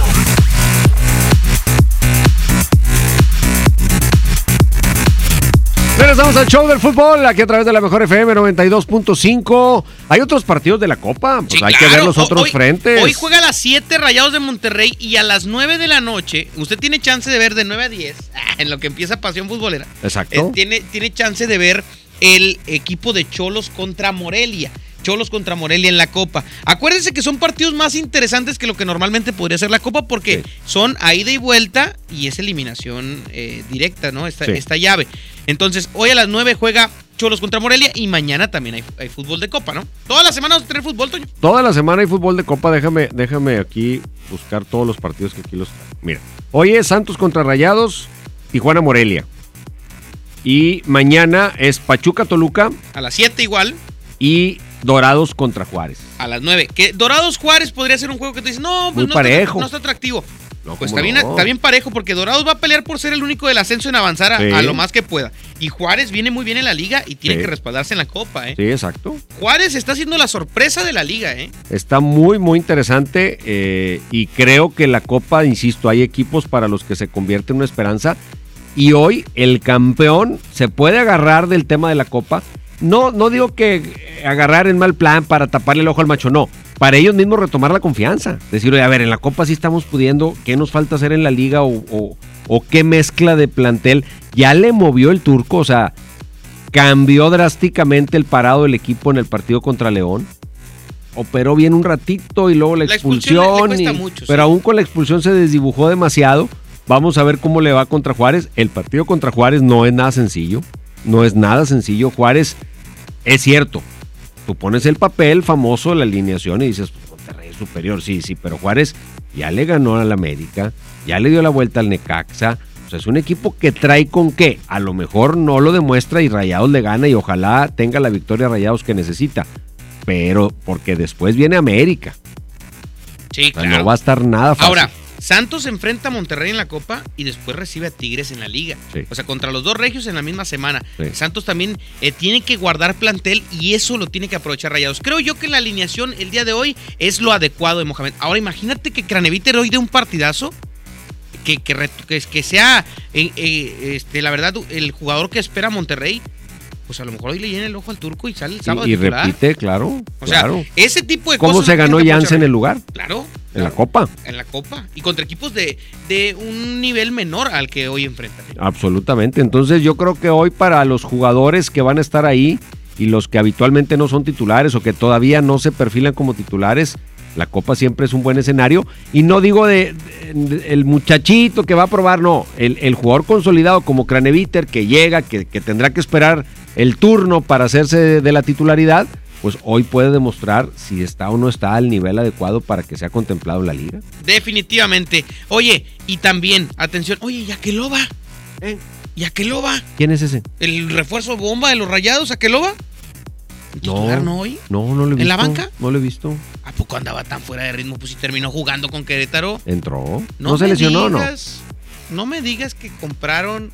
Regresamos al show del fútbol, aquí a través de la mejor FM 92.5. ¿Hay otros partidos de la Copa? Pues sí, hay que ver los otros frentes. Hoy juega a las 7 Rayados de Monterrey y a las 9 de la noche, usted tiene chance de ver de 9 a 10, en lo que empieza Pasión Futbolera. Exacto. Tiene chance de ver el equipo de Xolos contra Morelia. Cholos contra Morelia en la Copa. Acuérdense que son partidos más interesantes que lo que normalmente podría ser la Copa porque son a ida y vuelta y es eliminación directa, ¿no? Esta llave. Entonces, hoy a las 9 juega Cholos contra Morelia y mañana también hay fútbol de Copa, ¿no? Toda la semana vamos a tener fútbol, Toño. Toda la semana hay fútbol de Copa. Déjame aquí buscar todos los partidos que aquí los... Mira, hoy es Santos contra Rayados, Tijuana Morelia. Y mañana es Pachuca-Toluca. A las 7 igual. Y Dorados contra Juárez. A las 9. Que Dorados-Juárez podría ser un juego que tú dices, no, pues muy parejo. No está atractivo. No, pues está bien parejo porque Dorados va a pelear por ser el único del ascenso en avanzar a lo más que pueda. Y Juárez viene muy bien en la liga y tiene que respaldarse en la Copa, ¿eh? Sí, exacto. Juárez está siendo la sorpresa de la liga, ¿eh? Está muy, muy interesante y creo que la Copa, insisto, hay equipos para los que se convierte en una esperanza y hoy el campeón se puede agarrar del tema de la Copa. No digo que agarrar en mal plan para taparle el ojo al macho, no. Para ellos mismos retomar la confianza. Decir, oye, a ver, en la Copa sí estamos pudiendo, ¿qué nos falta hacer en la Liga o qué mezcla de plantel? Ya le movió el Turco, o sea, cambió drásticamente el parado del equipo en el partido contra León. Operó bien un ratito y luego la expulsión. Le cuesta mucho, pero aún con la expulsión se desdibujó demasiado. Vamos a ver cómo le va contra Juárez. El partido contra Juárez no es nada sencillo. No es nada sencillo. Juárez, es cierto, tú pones el papel famoso, la alineación y dices, pues, Monterrey es superior, sí, pero Juárez ya le ganó al América, ya le dio la vuelta al Necaxa, o sea, es un equipo que trae con qué, a lo mejor no lo demuestra y Rayados le gana y ojalá tenga la victoria Rayados que necesita, pero porque después viene América. Sí, claro. O sea, no va a estar nada fácil. Ahora, Santos enfrenta a Monterrey en la Copa y después recibe a Tigres en la Liga. Sí. O sea, contra los dos regios en la misma semana. Sí. Santos también tiene que guardar plantel y eso lo tiene que aprovechar Rayados. Creo yo que la alineación el día de hoy es lo adecuado de Mohamed. Ahora imagínate que Craneviter hoy dé un partidazo que sea, la verdad, el jugador que espera a Monterrey. Pues a lo mejor hoy le llena el ojo al Turco y sale el sábado y titular. Repite, claro. O sea, ese tipo de cosas. ¿Cómo se ganó Jansen el lugar? Claro. En la Copa. En la Copa. Y contra equipos de un nivel menor al que hoy enfrentan. Absolutamente. Entonces yo creo que hoy para los jugadores que van a estar ahí y los que habitualmente no son titulares o que todavía no se perfilan como titulares, la Copa siempre es un buen escenario. Y no digo el muchachito que va a probar, no. El jugador consolidado como Craneviter que llega, que tendrá que esperar el turno para hacerse de la titularidad, pues hoy puede demostrar si está o no está al nivel adecuado para que sea contemplado en la liga. Definitivamente. Oye, y también, atención, oye, Yakeloba. Yakeloba. ¿Quién es ese? El refuerzo bomba de los Rayados, Yakeloba. ¿Titular no hoy? No lo he visto. ¿En la banca? No lo he visto. ¿A poco andaba tan fuera de ritmo? Pues si terminó jugando con Querétaro. Entró. ¿No se lesionó o no? No me digas que compraron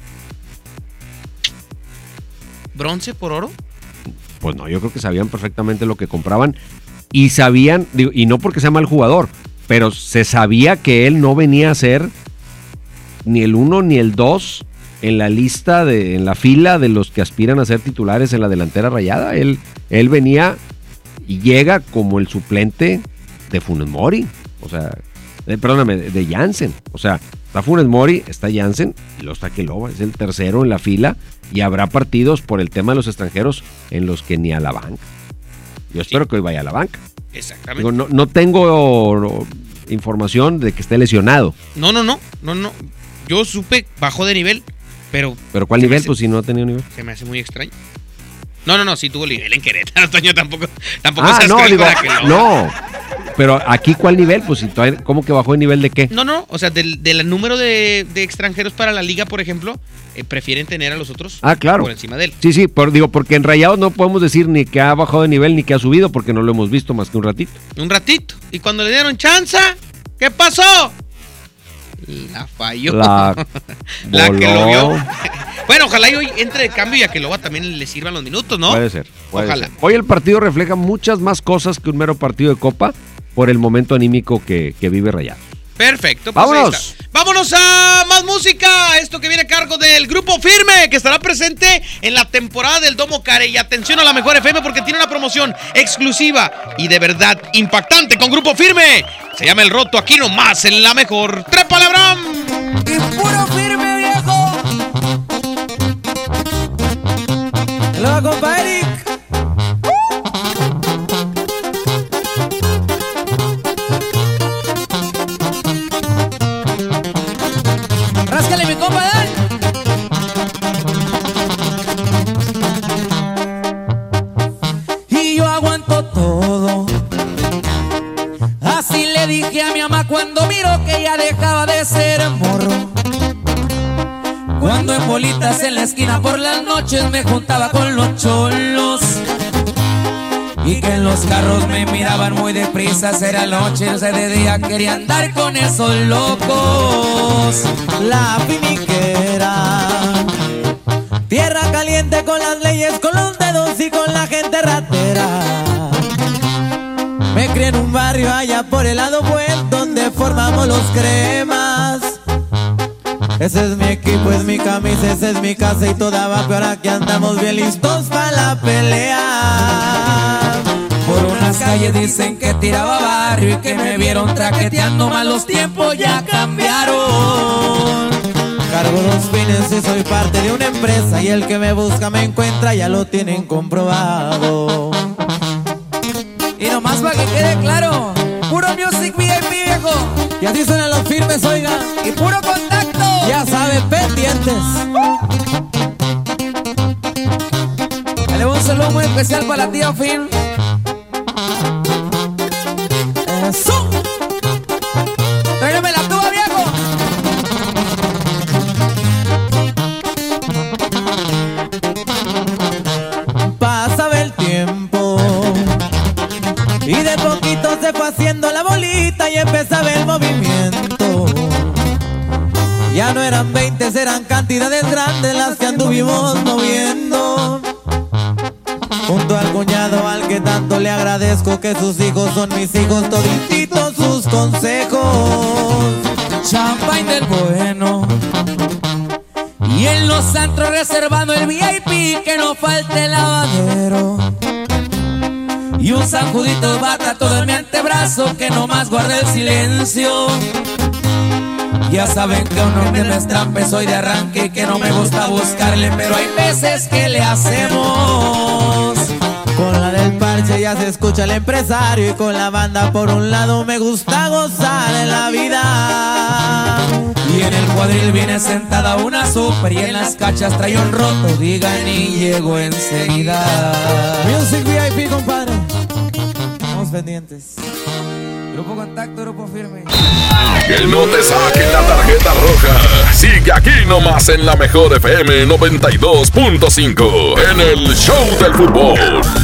bronce por oro. Pues no, yo creo que sabían perfectamente lo que compraban y sabían, digo, y no porque sea mal jugador, pero se sabía que él no venía a ser ni el 1 ni el 2 en la lista, en la fila de los que aspiran a ser titulares en la delantera rayada. Él venía y llega como el suplente de Funes Mori, o sea, de Jansen, o sea, está Funes Mori, está Jansen y luego está Yakeloba, es el tercero en la fila y habrá partidos por el tema de los extranjeros en los que ni a la banca. Yo espero que hoy vaya a la banca. Exactamente. Digo, no tengo información de que esté lesionado. No. Yo supe, bajó de nivel, pero ¿cuál nivel? Pues si no ha tenido nivel. Se me hace muy extraño. No, sí tuvo nivel en Querétaro, Toño, tampoco no, pero aquí ¿cuál nivel? Pues si todavía, ¿cómo que bajó de nivel de qué? No, o sea, del número de extranjeros para la liga, por ejemplo, prefieren tener a los otros claro. por encima de él. Sí, porque en Rayados no podemos decir ni que ha bajado de nivel ni que ha subido porque no lo hemos visto más que un ratito. Y cuando le dieron chance, ¿qué pasó? La falló. La que lo vio. Bueno, ojalá y hoy entre de cambio y a Yakeloba también le sirvan los minutos, ¿no? Puede ser. Ojalá. Hoy el partido refleja muchas más cosas que un mero partido de Copa por el momento anímico que vive Rayados. Perfecto. Pues ¡vámonos! ¡Vámonos a más música! Esto que viene a cargo del Grupo Firme, que estará presente en la temporada del Domo Care. Y atención a la Mejor FM porque tiene una promoción exclusiva y de verdad impactante con Grupo Firme. Se llama El Roto, aquí nomás en la Mejor. ¡Trépale, Abraham! Y puro firme, viejo. Lo compa Eric. Ráscale, mi compa, Dan. Y yo aguanto todo. Así le dije a mi mamá cuando miró que ya dejaba de ser morro. Cuando en bolitas en la esquina por las noches me juntaba con los cholos y que en los carros me miraban muy deprisa. Era noche, no sé de día, quería andar con esos locos. La finiquera, tierra caliente con las leyes, con los dedos y con la gente ratera. Me crié en un barrio allá por el lado buen, donde formamos los cremas. Ese es mi equipo, es mi camisa, esa es mi casa y toda va peor. Aquí andamos bien listos para la pelea. Por unas calles dicen que tiraba barrio y que me vieron traqueteando, mal los tiempos ya cambiaron. Cargo 2 fines y soy parte de una empresa y el que me busca me encuentra, ya lo tienen comprobado. Y nomás para que quede claro, puro Music VIP, viejo. Y así suenan los firmes, oiga. Y puro contacto. Ya saben, pendientes. Le doy un saludo muy especial para la tía Fin. ¡Eso! ¡Tráigame la tuba, viejo! Pasaba el tiempo y de poquito se fue haciendo la bolita y empezaba el movimiento. Ya no eran 20, eran cantidades grandes las que anduvimos moviendo. Junto al cuñado al que tanto le agradezco, que sus hijos son mis hijos, todititos sus consejos. Champagne del bueno y en los antros reservando el VIP, que no falte el lavadero. Y un San Judito de bata todo en mi antebrazo, que nomás guarda el silencio. Ya saben que uno que me estrampe soy de arranque y que no me gusta buscarle, pero hay veces que le hacemos. Con la del parche ya se escucha el empresario y con la banda por un lado me gusta gozar en la vida. Y en el cuadril viene sentada una super y en las cachas trae un roto, digan y llego enseguida. Music VIP, compadre. Estamos pendientes. Grupo Contacto, Grupo Firme. Que no te saquen la tarjeta roja. Sigue aquí nomás en la mejor FM 92.5 en el Show del Fútbol.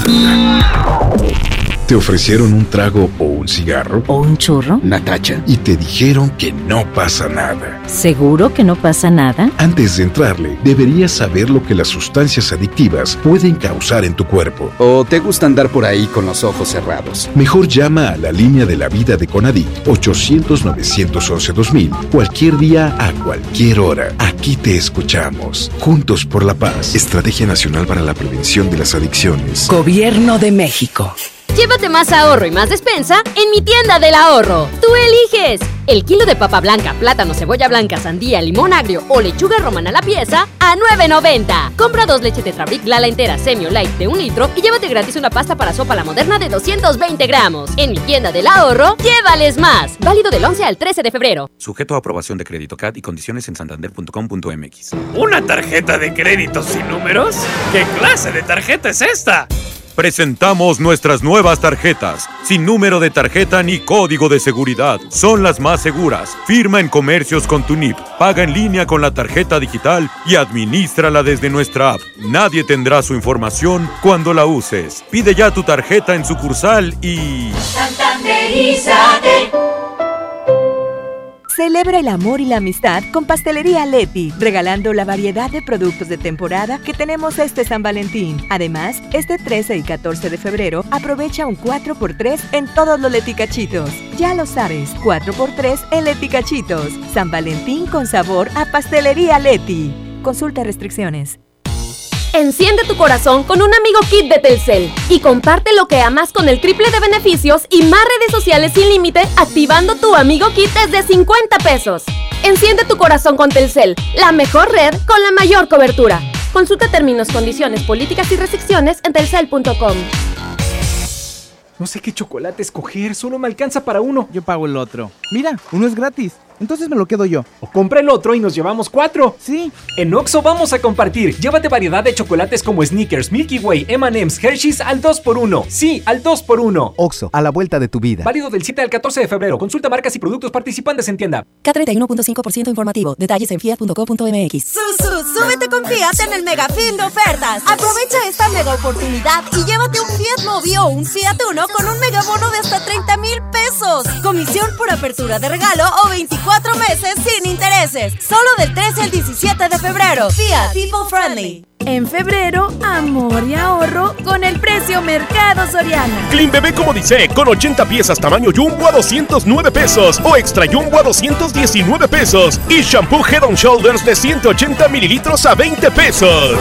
¿Te ofrecieron un trago o un cigarro? ¿O un churro? Natacha. Y te dijeron que no pasa nada. ¿Seguro que no pasa nada? Antes de entrarle, deberías saber lo que las sustancias adictivas pueden causar en tu cuerpo. ¿O te gusta andar por ahí con los ojos cerrados? Mejor llama a la línea de la vida de Conadic 800-911-2000 cualquier día a cualquier hora. Aquí te escuchamos. Juntos por la paz. Estrategia Nacional para la Prevención de las Adicciones. Gobierno de México. Llévate más ahorro y más despensa en mi tienda del ahorro. Tú eliges. El kilo de papa blanca, plátano, cebolla blanca, sandía, limón agrio o lechuga romana a la pieza a $9.90. Compra 2 leches Tetrabric Lala entera Semi o Light de 1 litro y llévate gratis una pasta para sopa La Moderna de 220 gramos. En mi tienda del ahorro, llévales más. Válido del 11 al 13 de febrero. Sujeto a aprobación de crédito CAT y condiciones en santander.com.mx. ¿Una tarjeta de crédito sin números? ¿Qué clase de tarjeta es esta? Presentamos nuestras nuevas tarjetas, sin número de tarjeta ni código de seguridad. Son las más seguras. Firma en comercios con tu NIP, paga en línea con la tarjeta digital y adminístrala desde nuestra app. Nadie tendrá su información cuando la uses. Pide ya tu tarjeta en sucursal y... Santanderízate. Celebra el amor y la amistad con Pastelería Leti, regalando la variedad de productos de temporada que tenemos este San Valentín. Además, este 13 y 14 de febrero, aprovecha un 4x3 en todos los Leticachitos. Ya lo sabes, 4x3 en Leticachitos. San Valentín con sabor a Pastelería Leti. Consulta restricciones. Enciende tu corazón con un amigo kit de Telcel y comparte lo que amas con el triple de beneficios y más redes sociales sin límite activando tu amigo kit desde 50 pesos. Enciende tu corazón con Telcel, la mejor red con la mayor cobertura. Consulta términos, condiciones, políticas y restricciones en telcel.com. No sé qué chocolate escoger, solo me alcanza para uno. Yo pago el otro. Mira, uno es gratis. Entonces me lo quedo yo. O compra el otro y nos llevamos 4. Sí. En Oxxo vamos a compartir. Llévate variedad de chocolates como Snickers, Milky Way, M&M's, Hershey's al 2x1. Sí, al 2x1. Oxxo, a la vuelta de tu vida. Válido del 7 al 14 de febrero. Consulta marcas y productos participantes en tienda. K31.5% informativo. Detalles en fiat.co.mx. Súbete con Fiat en el Mega Fin de ofertas. Aprovecha esta mega oportunidad y llévate un Fiat Mobi o un Fiat Uno con un megabono de hasta 30,000 pesos. Comisión por apertura de regalo o 24 meses sin intereses. Solo del 13 al 17 de febrero. Fiat People Friendly. En febrero, amor y ahorro con el precio Mercado Soriana. Clean Bebé como dice, con 80 piezas tamaño Jumbo a 209 pesos o Extra Jumbo a 219 pesos y shampoo Head & Shoulders de 180 mililitros a 20 pesos.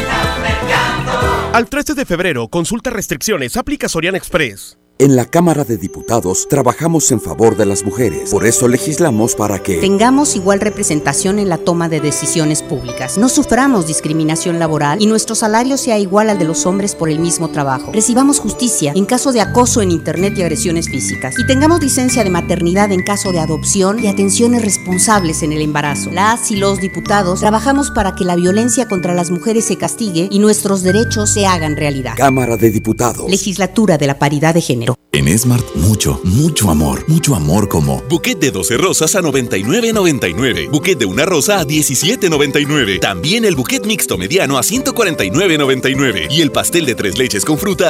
Al 13 de febrero, consulta restricciones, aplica Soriana Express. En la Cámara de Diputados trabajamos en favor de las mujeres. Por eso legislamos para que tengamos igual representación en la toma de decisiones públicas, no suframos discriminación laboral y nuestro salario sea igual al de los hombres por el mismo trabajo. Recibamos justicia en caso de acoso en internet y agresiones físicas. Y tengamos licencia de maternidad en caso de adopción y atenciones responsables en el embarazo. Las y los diputados trabajamos para que la violencia contra las mujeres se castigue y nuestros derechos se hagan realidad. Cámara de Diputados. Legislatura de la Paridad de Género. En Esmart, mucho amor como buquet de 12 rosas a $99.99, buquet de una rosa a $17.99, también el buquet mixto mediano a $149.99 y el pastel de 3 leches con fruta a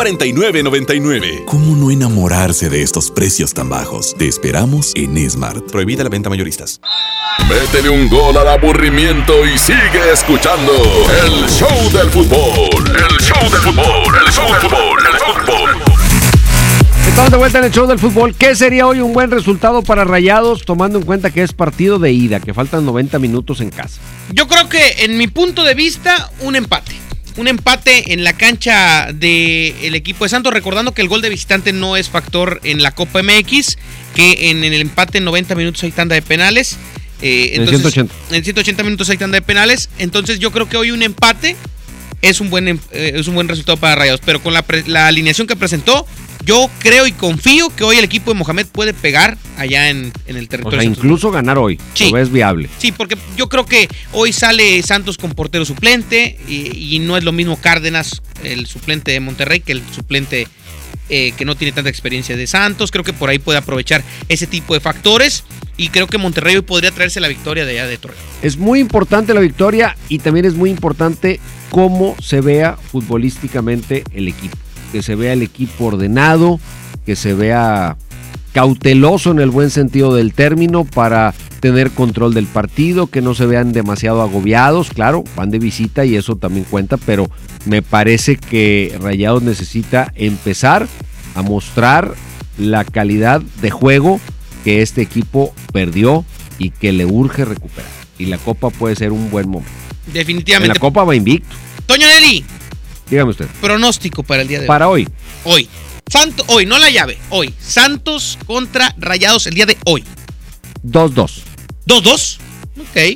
$149.99. ¿Cómo no enamorarse de estos precios tan bajos? Te esperamos en Esmart. Prohibida la venta mayoristas. Métele un gol al aburrimiento y sigue escuchando el show del fútbol. El show del fútbol. El show del fútbol. El show del fútbol. Estamos de vuelta en el show del fútbol. ¿Qué sería hoy un buen resultado para Rayados, tomando en cuenta que es partido de ida, que faltan 90 minutos en casa? Yo creo que, en mi punto de vista, un empate. Un empate en la cancha del equipo de Santos, recordando que el gol de visitante no es factor en la Copa MX, que en el empate en 90 minutos hay tanda de penales. Entonces, en 180 minutos hay tanda de penales. Entonces yo creo que hoy un empate es un buen resultado para Rayados. Pero con la alineación que presentó, yo creo y confío que hoy el equipo de Mohamed puede pegar allá en el territorio. O sea, incluso ganar hoy. Sí. Lo ves viable. Sí, porque yo creo que hoy sale Santos con portero suplente y no es lo mismo Cárdenas, el suplente de Monterrey, que el suplente que no tiene tanta experiencia de Santos. Creo que por ahí puede aprovechar ese tipo de factores y creo que Monterrey hoy podría traerse la victoria de allá de Torreón. Es muy importante la victoria y también es muy importante cómo se vea futbolísticamente el equipo. Que se vea el equipo ordenado, que se vea cauteloso en el buen sentido del término para tener control del partido, que no se vean demasiado agobiados. Claro, van de visita y eso también cuenta, pero me parece que Rayados necesita empezar a mostrar la calidad de juego que este equipo perdió y que le urge recuperar. Y la Copa puede ser un buen momento. Definitivamente. En la Copa va invicto. Toño Nelly. Dígame usted. Pronóstico para el día de hoy. Para hoy. Hoy. Hoy, no la llave. Hoy. Santos contra Rayados el día de hoy. 2-2. ¿2-2? Ok.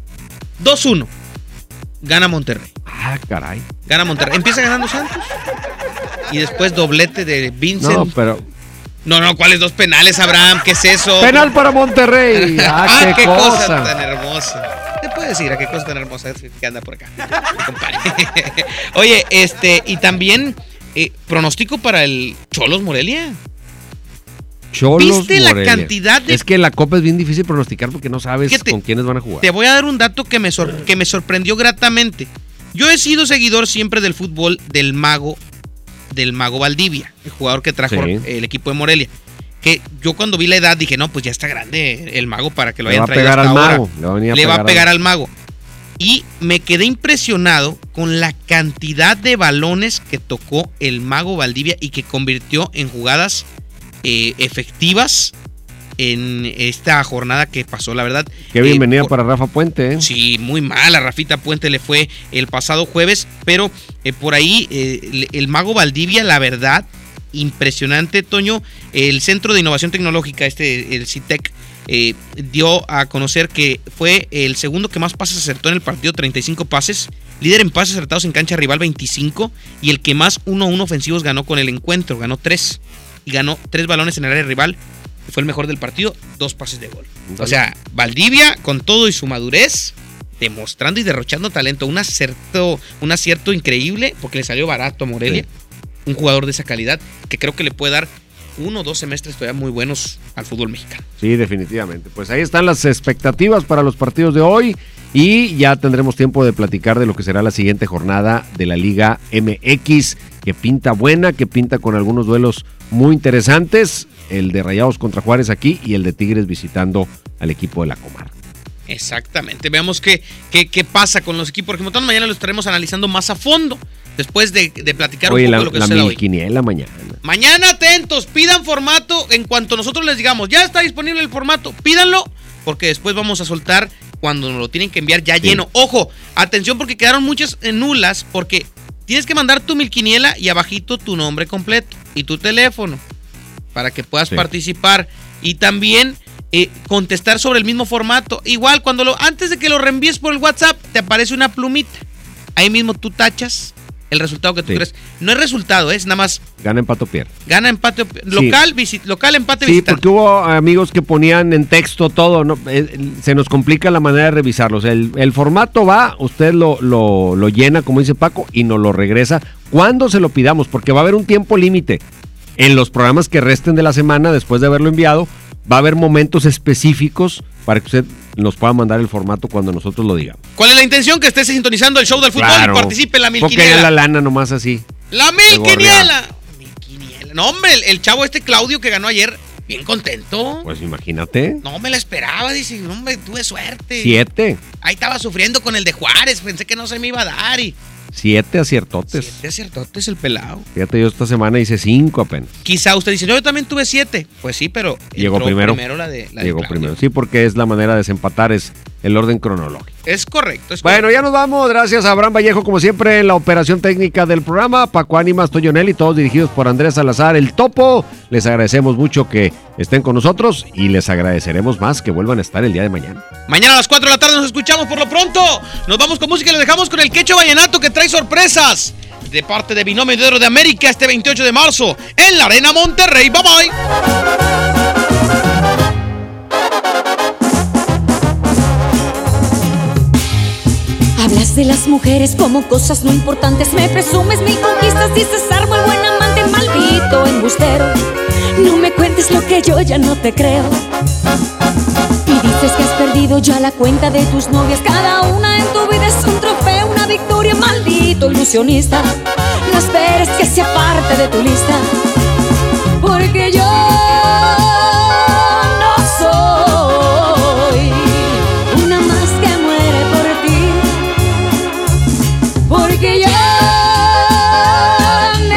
2-1. Gana Monterrey. Ah, caray. Gana Monterrey. Empieza ganando Santos. Y después doblete de Vincent. No, pero... No, ¿cuáles 2 penales, Abraham? ¿Qué es eso? Penal para Monterrey. Qué cosa tan hermosa. Te puedo decir a qué cosa tan hermosa que anda por acá, compadre. Oye, y también pronóstico para el Xolos Morelia. ¿Viste Morelia. La cantidad de... Es que la Copa es bien difícil pronosticar porque no sabes con quiénes van a jugar. Te voy a dar un dato que me sorprendió gratamente. Yo he sido seguidor siempre del fútbol del Mago Valdivia, el jugador que trajo el equipo de Morelia. Que yo cuando vi la edad dije, no, pues ya está grande el Mago para que lo hayan traído hasta ahora. Le va a pegar al Mago. Y me quedé impresionado con la cantidad de balones que tocó el Mago Valdivia y que convirtió en jugadas efectivas en esta jornada que pasó, la verdad. Qué bienvenida para Rafa Puente, ¿eh? Sí, muy mal. A Rafita Puente le fue el pasado jueves, pero por ahí el Mago Valdivia, la verdad, impresionante, Toño. El Centro de Innovación Tecnológica, el CITEC, dio a conocer que fue el segundo que más pases acertó en el partido, 35 pases, líder en pases acertados en cancha rival, 25, y el que más 1-1 ofensivos ganó con el encuentro, ganó 3, y ganó 3 balones en el área rival, fue el mejor del partido, 2 pases de gol. O sea, Valdivia, con todo y su madurez, demostrando y derrochando talento. Un acierto increíble, porque le salió barato a Morelia. Sí. Un jugador de esa calidad, que creo que le puede dar 1 o 2 semestres todavía muy buenos al fútbol mexicano. Sí, definitivamente. Pues ahí están las expectativas para los partidos de hoy y ya tendremos tiempo de platicar de lo que será la siguiente jornada de la Liga MX, que pinta buena, que pinta con algunos duelos muy interesantes, el de Rayados contra Juárez aquí y el de Tigres visitando al equipo de la Comarca. Exactamente, veamos qué pasa con los equipos, porque mañana lo estaremos analizando más a fondo, después de platicar un poco de lo que sucede hoy. La quiniela mañana. Mañana atentos, pidan formato, en cuanto nosotros les digamos, ya está disponible el formato, pídanlo, porque después vamos a soltar cuando nos lo tienen que enviar ya lleno. Ojo, atención, porque quedaron muchas nulas, porque tienes que mandar tu quiniela y abajito tu nombre completo y tu teléfono, para que puedas participar, y también contestar sobre el mismo formato. Igual, antes de que lo reenvíes por el WhatsApp, te aparece una plumita. Ahí mismo tú tachas el resultado que tú crees. No es resultado, es nada más. Gana, empate o pierde. Gana, empate o pierde. Local, empate, sí, visitante. Porque hubo amigos que ponían en texto todo, ¿no? Se nos complica la manera de revisarlo. O sea, el formato va, usted lo llena, como dice Paco, y nos lo regresa cuando se lo pidamos, porque va a haber un tiempo límite. En los programas que resten de la semana, después de haberlo enviado, va a haber momentos específicos para que usted nos pueda mandar el formato cuando nosotros lo digamos. ¿Cuál es la intención? Que estés sintonizando el show del fútbol y participe en la quiniela. Porque hay la lana nomás así. ¡La quiniela! No, hombre, el chavo Claudio que ganó ayer, bien contento. Pues imagínate. No me la esperaba, dice, no, hombre, tuve suerte. 7. Ahí estaba sufriendo con el de Juárez, pensé que no se me iba a dar y... 7 aciertotes. 7 aciertotes el pelado. Fíjate, yo esta semana hice 5 apenas. Quizá usted dice, yo también tuve 7. Pues sí, pero llegó primero llegó primero. Sí, porque es la manera de desempatar, es el orden cronológico. Es correcto. Bueno, ya nos vamos. Gracias a Abraham Vallejo, como siempre, en la operación técnica del programa. Paco Ánimas, Toyo Nelly, todos dirigidos por Andrés Salazar, el Topo. Les agradecemos mucho que estén con nosotros y les agradeceremos más que vuelvan a estar el día de mañana. Mañana a las 4 de la tarde nos escuchamos. Por lo pronto, nos vamos con música y les dejamos con el Quecho Vallenato, que trae sorpresas de parte de Binomio de Oro de América este 28 de marzo en la Arena Monterrey. Bye bye. Hablas de las mujeres como cosas no importantes, me presumes mil conquistas, dices ser muy buen amante, maldito embustero. No me cuentes lo que yo ya no te creo. Y dices que has perdido ya la cuenta de tus novias, cada una en tu vida es un trofeo, una victoria, maldito ilusionista. No esperes que sea parte de tu lista, porque yo no soy una más que muere por ti, porque yo me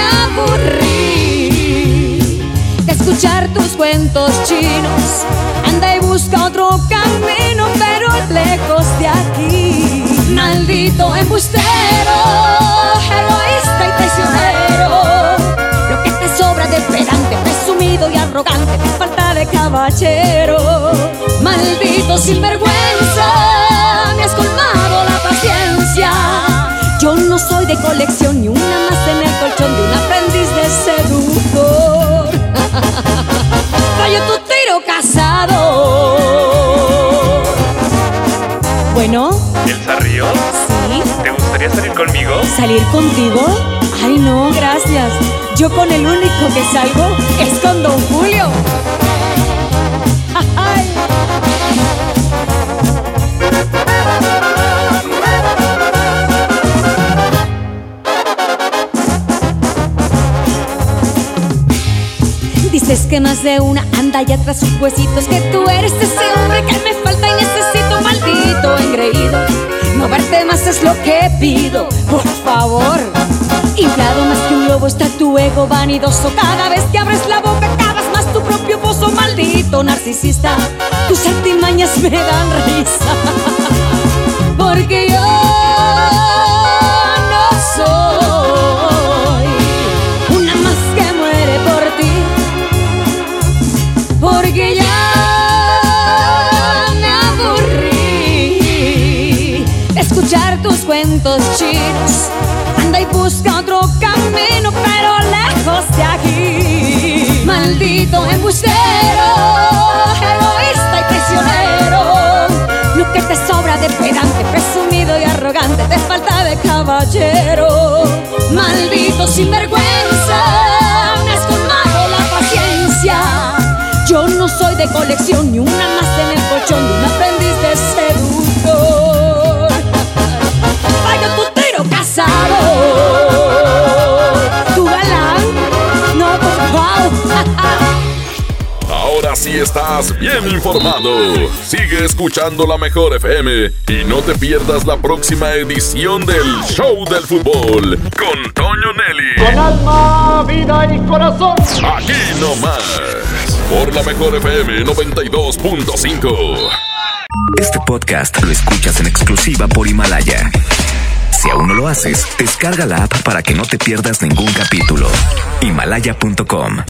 aburrí de escuchar tus cuentos chinos. Anda y busca otro camino, pero lejos de aquí. Maldito embustero, egoísta y traicionero. Lo que te sobra de pedante, presumido y arrogante, te falta de caballero. Maldito sinvergüenza, me has colmado la paciencia. Yo no soy de colección, ni una más en el colchón de un aprendiz de seductor. Fallo tu tiro casado. Bueno. ¿Elsa Ríos? Sí. ¿Te gustaría salir conmigo? ¿Salir contigo? Ay, no, gracias. Yo con el único que salgo es con Don Julio. Ay. Dices que más de una anda ya tras sus huesitos, que tú eres ese hombre que me falta y necesito, maldito engreído. No verte más es lo que pido, por favor. Inflado más que un globo está tu ego vanidoso. Cada vez que abres la boca cavas más tu propio pozo, maldito narcisista. Tus artimañas me dan risa, porque yo no soy una más que muere por ti, porque ya me aburrí de escuchar tus cuentos chinos. Anda y busca otro camino, pero lejos de aquí. Maldito embustero, Lo que te sobra de pedante, presumido y arrogante, te falta de caballero. Maldito sinvergüenza, me has colmado la paciencia. Yo no soy de colección, ni una más en el colchón de un aprendiz de seductor. Vaya tu tiro casado, tu galán, no, por favor. Ahora sí estás bien informado. Sigue escuchando La Mejor FM y no te pierdas la próxima edición del Show del Fútbol con Toño Nelly. Con alma, vida y corazón. Aquí nomás, por La Mejor FM 92.5. Este podcast lo escuchas en exclusiva por Himalaya. Si aún no lo haces, descarga la app para que no te pierdas ningún capítulo. Himalaya.com